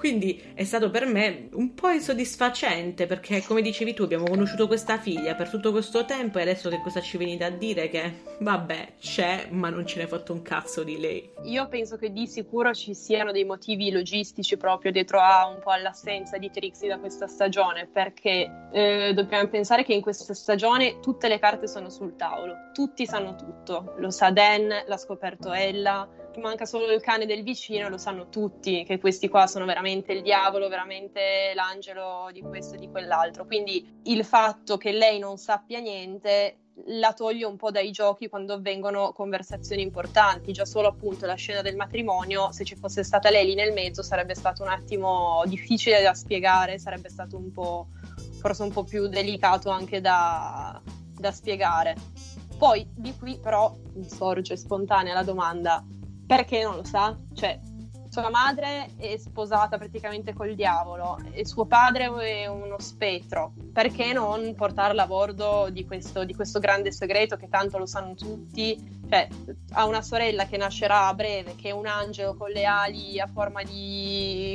Quindi è stato per me un po' insoddisfacente, perché come dicevi tu abbiamo conosciuto questa figlia per tutto questo tempo e adesso che cosa ci venite a dire? Che vabbè c'è ma non ce ne hai fatto un cazzo di lei. Io penso che di sicuro ci siano dei motivi logistici proprio dietro a un po' all'assenza di Trixie da questa stagione, perché eh, dobbiamo pensare che in questa stagione tutte le carte sono sul tavolo, tutti sanno tutto, lo sa Dan, l'ha scoperto Ella, manca solo il cane del vicino, lo sanno tutti che questi qua sono veramente il diavolo, veramente l'angelo di questo e di quell'altro, quindi il fatto che lei non sappia niente la toglie un po' dai giochi quando avvengono conversazioni importanti. Già solo appunto la scena del matrimonio, se ci fosse stata lei lì nel mezzo sarebbe stato un attimo difficile da spiegare, sarebbe stato un po' forse un po' più delicato anche da, da spiegare. Poi di qui però mi sorge spontanea la domanda: perché non lo sa? Cioè, sua madre è sposata praticamente col diavolo e suo padre è uno spettro. Perché non portarla a bordo di questo, di questo grande segreto che tanto lo sanno tutti? Cioè, ha una sorella che nascerà a breve, che è un angelo con le ali a forma di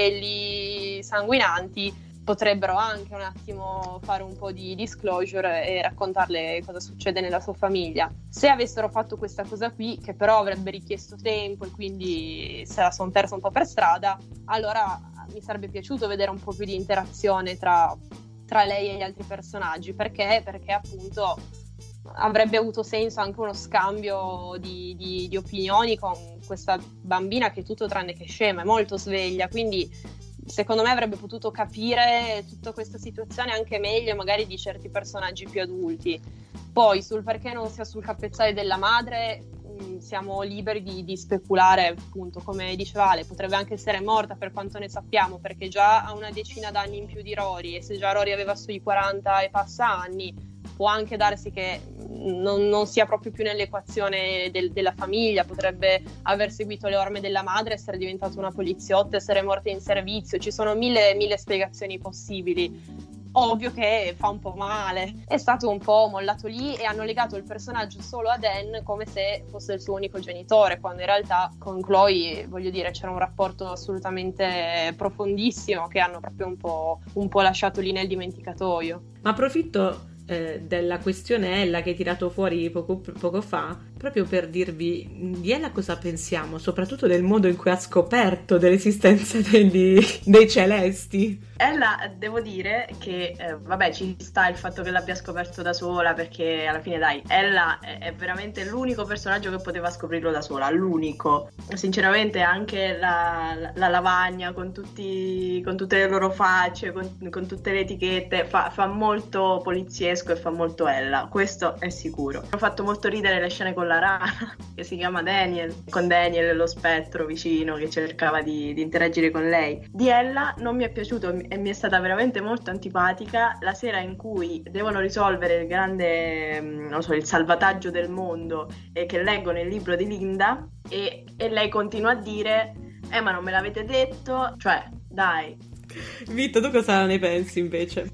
coltelli sanguinanti. Potrebbero anche un attimo fare un po' di disclosure e raccontarle cosa succede nella sua famiglia. Se avessero fatto questa cosa qui, che però avrebbe richiesto tempo e quindi se la sono persa un po' per strada, allora mi sarebbe piaciuto vedere un po' più di interazione tra, tra lei e gli altri personaggi. Perché? Perché appunto avrebbe avuto senso anche uno scambio di, di, di opinioni con questa bambina che è tutto tranne che scema, è molto sveglia, quindi secondo me avrebbe potuto capire tutta questa situazione anche meglio magari di certi personaggi più adulti. Poi sul perché non sia sul capezzale della madre mh, siamo liberi di, di speculare, appunto, come diceva Ale, potrebbe anche essere morta per quanto ne sappiamo, perché già ha una decina d'anni in più di Rory, e se già Rory aveva sui quaranta e passa anni può anche darsi che non, non sia proprio più nell'equazione del, della famiglia, potrebbe aver seguito le orme della madre, essere diventata una poliziotta, essere morta in servizio, ci sono mille, mille spiegazioni possibili. Ovvio che fa un po' male, è stato un po' mollato lì e hanno legato il personaggio solo a Dan come se fosse il suo unico genitore, quando in realtà con Chloe, voglio dire, c'era un rapporto assolutamente profondissimo che hanno proprio un po', un po' lasciato lì nel dimenticatoio. Ma approfitto eh, della questione Ella che hai tirato fuori poco, poco fa, proprio per dirvi di Ella cosa pensiamo, soprattutto del modo in cui ha scoperto dell'esistenza degli, dei celesti. Ella, devo dire che, eh, vabbè, ci sta il fatto che l'abbia scoperto da sola, perché alla fine, dai, Ella è, è veramente l'unico personaggio che poteva scoprirlo da sola, l'unico. Sinceramente anche la, la, la lavagna con, tutti, con tutte le loro facce, con, con tutte le etichette, fa, fa molto poliziesco e fa molto Ella, questo è sicuro. Hanno fatto molto ridere le scene con la rana, che si chiama Daniel, con Daniel e lo spettro vicino che cercava di, di interagire con lei. Di Ella non mi è piaciuto e mi è stata veramente molto antipatica la sera in cui devono risolvere il grande, non so, il salvataggio del mondo, e che leggono il libro di Linda e, e lei continua a dire eh ma non me l'avete detto, cioè dai. Vito, tu cosa ne pensi invece?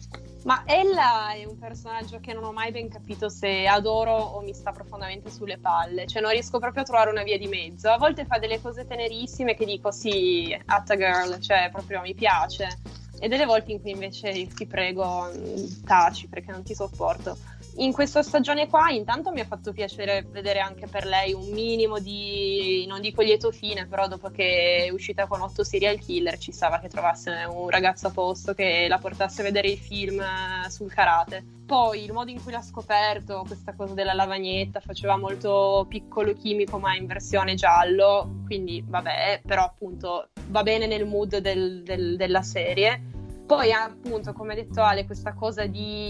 Ma Ella è un personaggio che non ho mai ben capito se adoro o mi sta profondamente sulle palle, cioè non riesco proprio a trovare una via di mezzo. A volte fa delle cose tenerissime che dico sì, atta girl, cioè proprio mi piace, e delle volte in cui invece io ti prego taci perché non ti sopporto. In questa stagione qua intanto mi ha fatto piacere vedere anche per lei un minimo di, non dico lieto fine, però dopo che è uscita con otto serial killer ci stava che trovasse un ragazzo a posto che la portasse a vedere i film sul karate. Poi il modo in cui l'ha scoperto, questa cosa della lavagnetta, faceva molto Piccolo Chimico ma in versione giallo, quindi vabbè, però appunto va bene nel mood del, del, della serie. Poi appunto, come ha detto Ale, questa cosa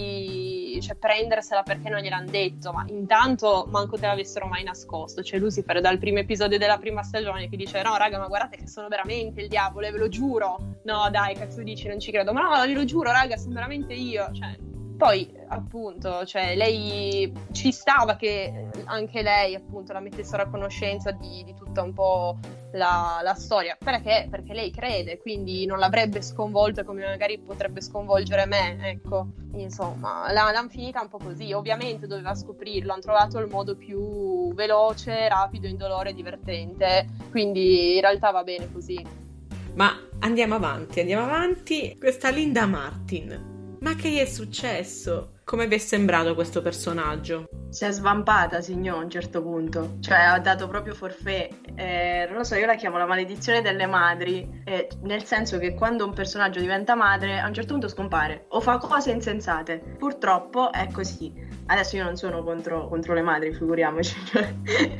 di cioè, prendersela perché non gliel'hanno detto, ma intanto manco te l'avessero mai nascosto. C'è Lucifer dal primo episodio della prima stagione che dice no raga, ma guardate che sono veramente il diavolo, e ve lo giuro. No dai, cazzo dici, non ci credo. Ma no, ve lo giuro raga, sono veramente io. Cioè, poi appunto, cioè, lei ci stava che anche lei appunto la mettessero a conoscenza di, di tutta un po' la, la storia, perché? Perché lei crede, quindi non l'avrebbe sconvolta come magari potrebbe sconvolgere me, ecco. Insomma, l'hanno finita un po' così. Ovviamente doveva scoprirlo, hanno trovato il modo più veloce, rapido, indolore e divertente, quindi in realtà va bene così. Ma andiamo avanti, andiamo avanti. Questa Linda Martin, ma che gli è successo? Come vi è sembrato questo personaggio? Si è svampata, signor, a un certo punto. Cioè, ha dato proprio forfait. Eh, non lo so, io la chiamo la maledizione delle madri, eh, nel senso che quando un personaggio diventa madre, a un certo punto scompare o fa cose insensate. Purtroppo è così. Adesso io non sono contro, contro le madri, figuriamoci. Cioè,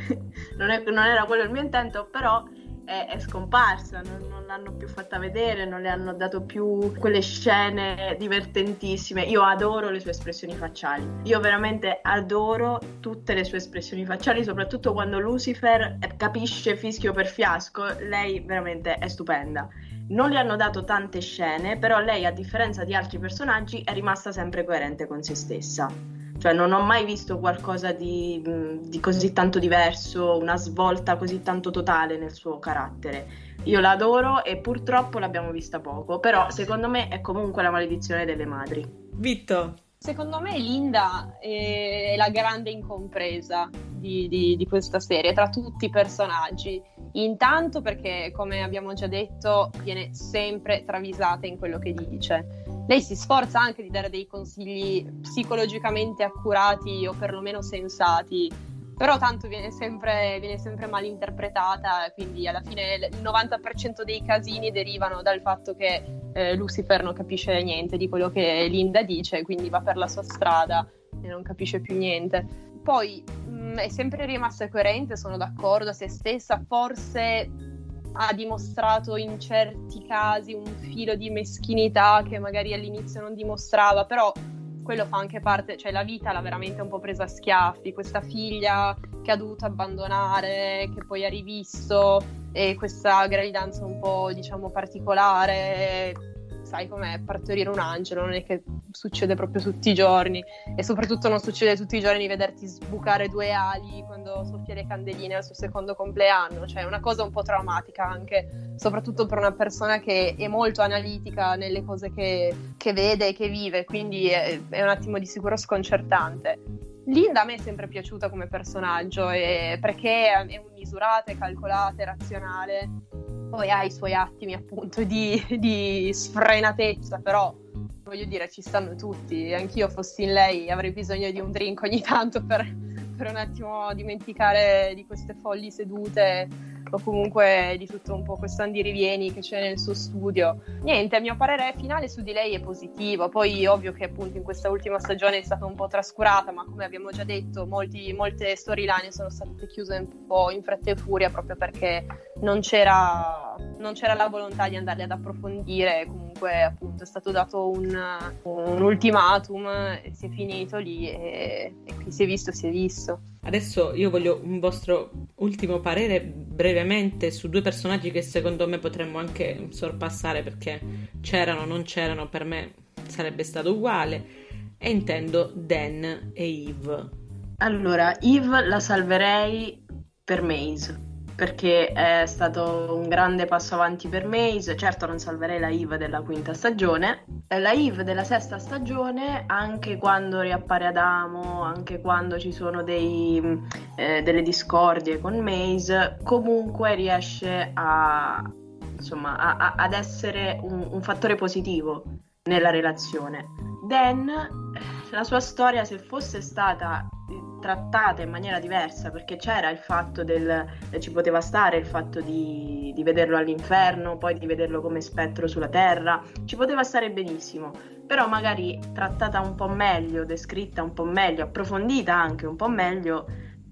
non, è, non era quello il mio intento, però è, è scomparsa, non, non l'hanno più fatta vedere, non le hanno dato più quelle scene divertentissime. Io adoro le sue espressioni facciali, io veramente adoro tutte le sue espressioni facciali, soprattutto quando Lucifer capisce fischio per fiasco. Lei veramente è stupenda. Non le hanno dato tante scene, però lei, a differenza di altri personaggi, è rimasta sempre coerente con se stessa. Cioè, non ho mai visto qualcosa di, di così tanto diverso, una svolta così tanto totale nel suo carattere. Io la adoro e purtroppo l'abbiamo vista poco, però secondo me è comunque la maledizione delle madri. Vitto? Secondo me Linda è la grande incompresa di, di, di questa serie, tra tutti i personaggi. Intanto perché, come abbiamo già detto, viene sempre travisata in quello che dice. Lei si sforza anche di dare dei consigli psicologicamente accurati o perlomeno sensati, però tanto viene sempre, viene sempre mal interpretata, quindi alla fine il novanta per cento dei casini derivano dal fatto che eh, Lucifer non capisce niente di quello che Linda dice, quindi va per la sua strada e non capisce più niente. Poi mh, è sempre rimasta coerente, sono d'accordo, a se stessa, forse ha dimostrato in certi casi un filo di meschinità che magari all'inizio non dimostrava, però quello fa anche parte, cioè la vita l'ha veramente un po' presa a schiaffi, questa figlia che ha dovuto abbandonare, che poi ha rivisto, e questa gravidanza un po', diciamo, particolare. Sai com'è partorire un angelo, non è che succede proprio tutti i giorni, e soprattutto non succede tutti i giorni vederti sbucare due ali quando soffia le candeline al suo secondo compleanno. Cioè è una cosa un po' traumatica anche, soprattutto per una persona che è molto analitica nelle cose che, che vede e che vive, quindi è, è un attimo di sicuro sconcertante. Linda a me è sempre piaciuta come personaggio, e perché è misurata, è calcolata, è razionale. Poi ha i suoi attimi appunto di, di sfrenatezza, però voglio dire, ci stanno tutti. Anch'io fossi in lei avrei bisogno di un drink ogni tanto per, per un attimo dimenticare di queste folli sedute, o comunque di tutto un po' questo andirivieni che c'è nel suo studio. Niente, a mio parere finale su di lei è positivo. Poi ovvio che appunto in questa ultima stagione è stata un po' trascurata, ma come abbiamo già detto molti, molte storyline sono state chiuse un po' in fretta e furia, proprio perché non c'era, non c'era la volontà di andarle ad approfondire. Comunque appunto è stato dato un, un ultimatum e si è finito lì, e, e chi si è visto si è visto. Adesso io voglio un vostro ultimo parere brevemente su due personaggi che secondo me potremmo anche sorpassare, perché c'erano, non c'erano, per me sarebbe stato uguale, e intendo Dan e Eve. Allora, Eve la salverei per Maze, perché è stato un grande passo avanti per Maze. Certo non salverei la Eve della quinta stagione, la Eve della sesta stagione, anche quando riappare Adamo, anche quando ci sono dei, eh, delle discordie con Maze, comunque riesce a, insomma, a, a, ad essere un, un fattore positivo nella relazione. Dan, la sua storia, se fosse stata trattata in maniera diversa, perché c'era il fatto del, ci poteva stare il fatto di, di vederlo all'inferno, poi di vederlo come spettro sulla terra, ci poteva stare benissimo, però magari trattata un po' meglio, descritta un po' meglio, approfondita anche un po' meglio,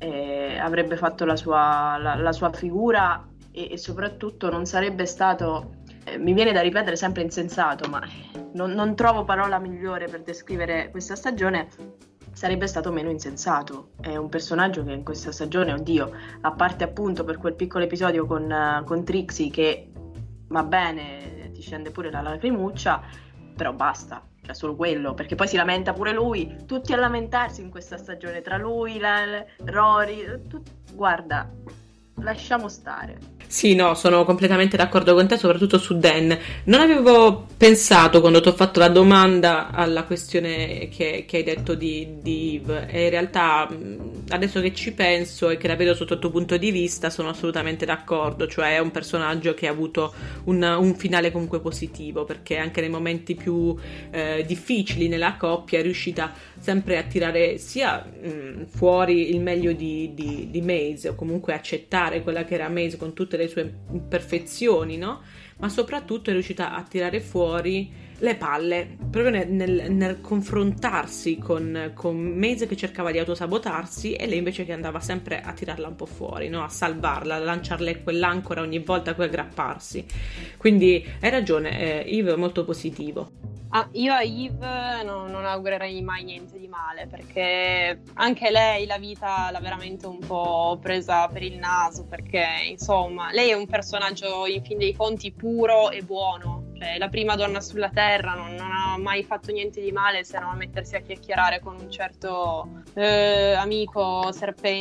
eh, avrebbe fatto la sua, la, la sua figura, e, e soprattutto non sarebbe stato, eh, mi viene da ripetere sempre insensato, ma non, non trovo parola migliore per descrivere questa stagione, sarebbe stato meno insensato. È un personaggio che in questa stagione, oddio, a parte appunto per quel piccolo episodio con, uh, con Trixie, che va bene, ti scende pure la lacrimuccia, però basta, cioè solo quello, perché poi si lamenta pure lui, tutti a lamentarsi in questa stagione, tra lui, la, la, Rory, tut... guarda, lasciamo stare. Sì, no, sono completamente d'accordo con te, soprattutto su Dan. Non avevo pensato, quando ti ho fatto la domanda, alla questione che, che hai detto di, di Eve, e in realtà adesso che ci penso e che la vedo sotto il tuo punto di vista, sono assolutamente d'accordo, cioè è un personaggio che ha avuto un, un finale comunque positivo, perché anche nei momenti più eh, difficili nella coppia è riuscita sempre a tirare sia mh, fuori il meglio di, di, di Maze, o comunque accettare quella che era Maze con tutte le sue imperfezioni, no? Ma soprattutto è riuscita a tirare fuori le palle, proprio nel, nel, nel confrontarsi con, con Maze che cercava di autosabotarsi e lei invece che andava sempre a tirarla un po' fuori, no? A salvarla, a lanciarle quell'ancora ogni volta a cui aggrapparsi. Quindi hai ragione, eh, Yves è molto positivo. Ah, io a Yves non, non augurerei mai niente di male, perché anche lei la vita l'ha veramente un po' presa per il naso, perché insomma lei è un personaggio in fin dei conti puro e buono, cioè la prima donna sulla terra, non, non ha mai fatto niente di male se non a mettersi a chiacchierare con un certo eh, amico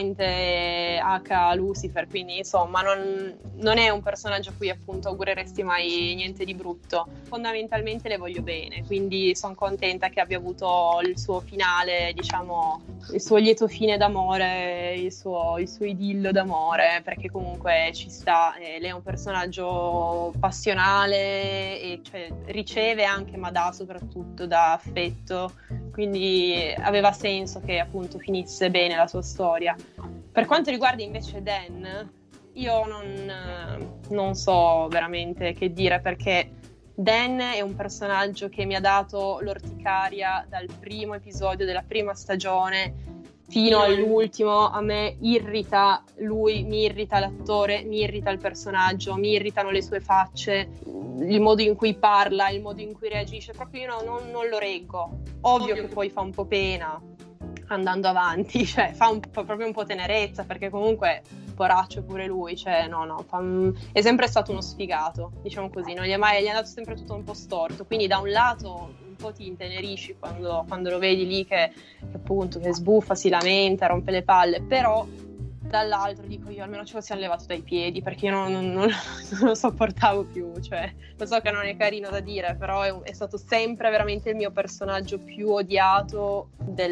serpente H Lucifer, quindi insomma non, non è un personaggio a cui appunto augureresti mai niente di brutto. Fondamentalmente le voglio bene, quindi sono contenta che abbia avuto il suo finale, diciamo il suo lieto fine d'amore, il suo, il suo idillio d'amore, perché comunque ci sta, eh, lei è un personaggio passionale e cioè, riceve anche ma dà soprattutto da affetto, quindi aveva senso che appunto finisse bene la sua storia. Per quanto riguarda invece Dan, io non, non so veramente che dire, perché Dan è un personaggio che mi ha dato l'orticaria dal primo episodio della prima stagione fino all'ultimo. A me irrita lui, mi irrita l'attore, mi irrita il personaggio, mi irritano le sue facce, il modo in cui parla, il modo in cui reagisce, proprio io no, non, non lo reggo. Ovvio che poi fa un po' pena andando avanti, cioè fa, un, fa proprio un po' tenerezza, perché comunque poraccio pure lui, cioè no no fa un, è sempre stato uno sfigato, diciamo così, non gli è mai, gli è andato sempre tutto un po' storto, quindi da un lato un po' ti intenerisci quando, quando lo vedi lì che, che appunto che sbuffa, si lamenta, rompe le palle, però dall'altro dico io almeno ce lo siamo levato dai piedi, perché io non, non, non, non lo sopportavo più, cioè lo so che non è carino da dire, però è, è stato sempre veramente il mio personaggio più odiato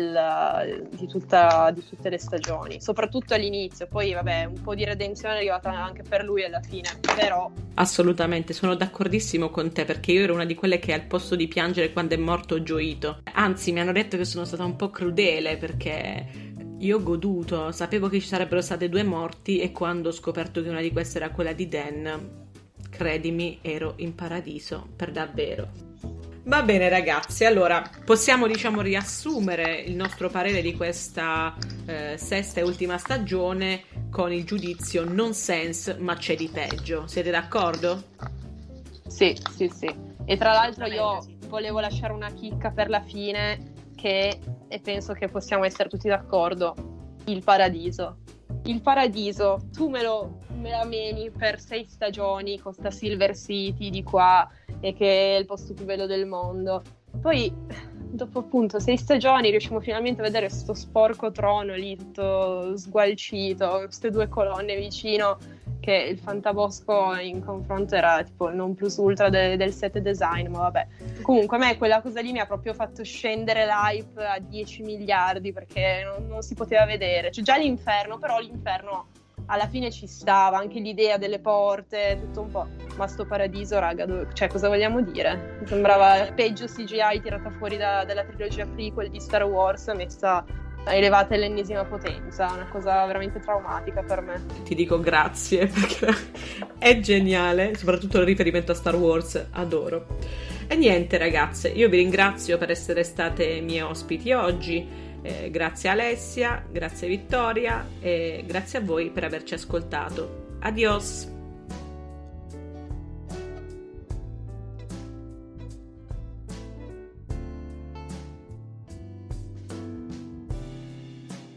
del, di, tutta, di tutte le stagioni, soprattutto all'inizio, poi vabbè un po' di redenzione è arrivata anche per lui alla fine, però assolutamente, sono d'accordissimo con te, perché io ero una di quelle che al posto di piangere quando è morto ho gioito, anzi mi hanno detto che sono stata un po' crudele, perché io ho goduto, sapevo che ci sarebbero state due morti e quando ho scoperto che una di queste era quella di Dan, credimi, ero in paradiso per davvero. Va bene ragazzi, allora possiamo diciamo riassumere il nostro parere di questa eh, sesta e ultima stagione con il giudizio non sense ma c'è di peggio. Siete d'accordo? Sì, sì, sì. E tra l'altro io volevo lasciare una chicca per la fine che, e penso che possiamo essere tutti d'accordo, il paradiso. Il paradiso, tu me lo me la meni per sei stagioni con sta Silver City di qua e che è il posto più bello del mondo. Poi, dopo appunto sei stagioni, riusciamo finalmente a vedere sto sporco trono lì tutto sgualcito, queste due colonne vicino, che il fantabosco in confronto era tipo il non plus ultra de- del set design, ma vabbè. Comunque a me quella cosa lì mi ha proprio fatto scendere l'hype a dieci miliardi, perché non, non si poteva vedere. Cioè già l'inferno, però l'inferno alla fine ci stava, anche l'idea delle porte, tutto un po'. Ma sto paradiso, raga, dove, cioè cosa vogliamo dire? Mi sembrava il peggio C G I tirata fuori da, dalla trilogia prequel di Star Wars, messa elevata all'ennesima potenza, una cosa veramente traumatica per me. Ti dico grazie, perché è geniale, soprattutto il riferimento a Star Wars, adoro. E niente ragazze, io vi ringrazio per essere state mie ospiti oggi, eh, grazie Alessia, grazie Vittoria e grazie a voi per averci ascoltato. Adios!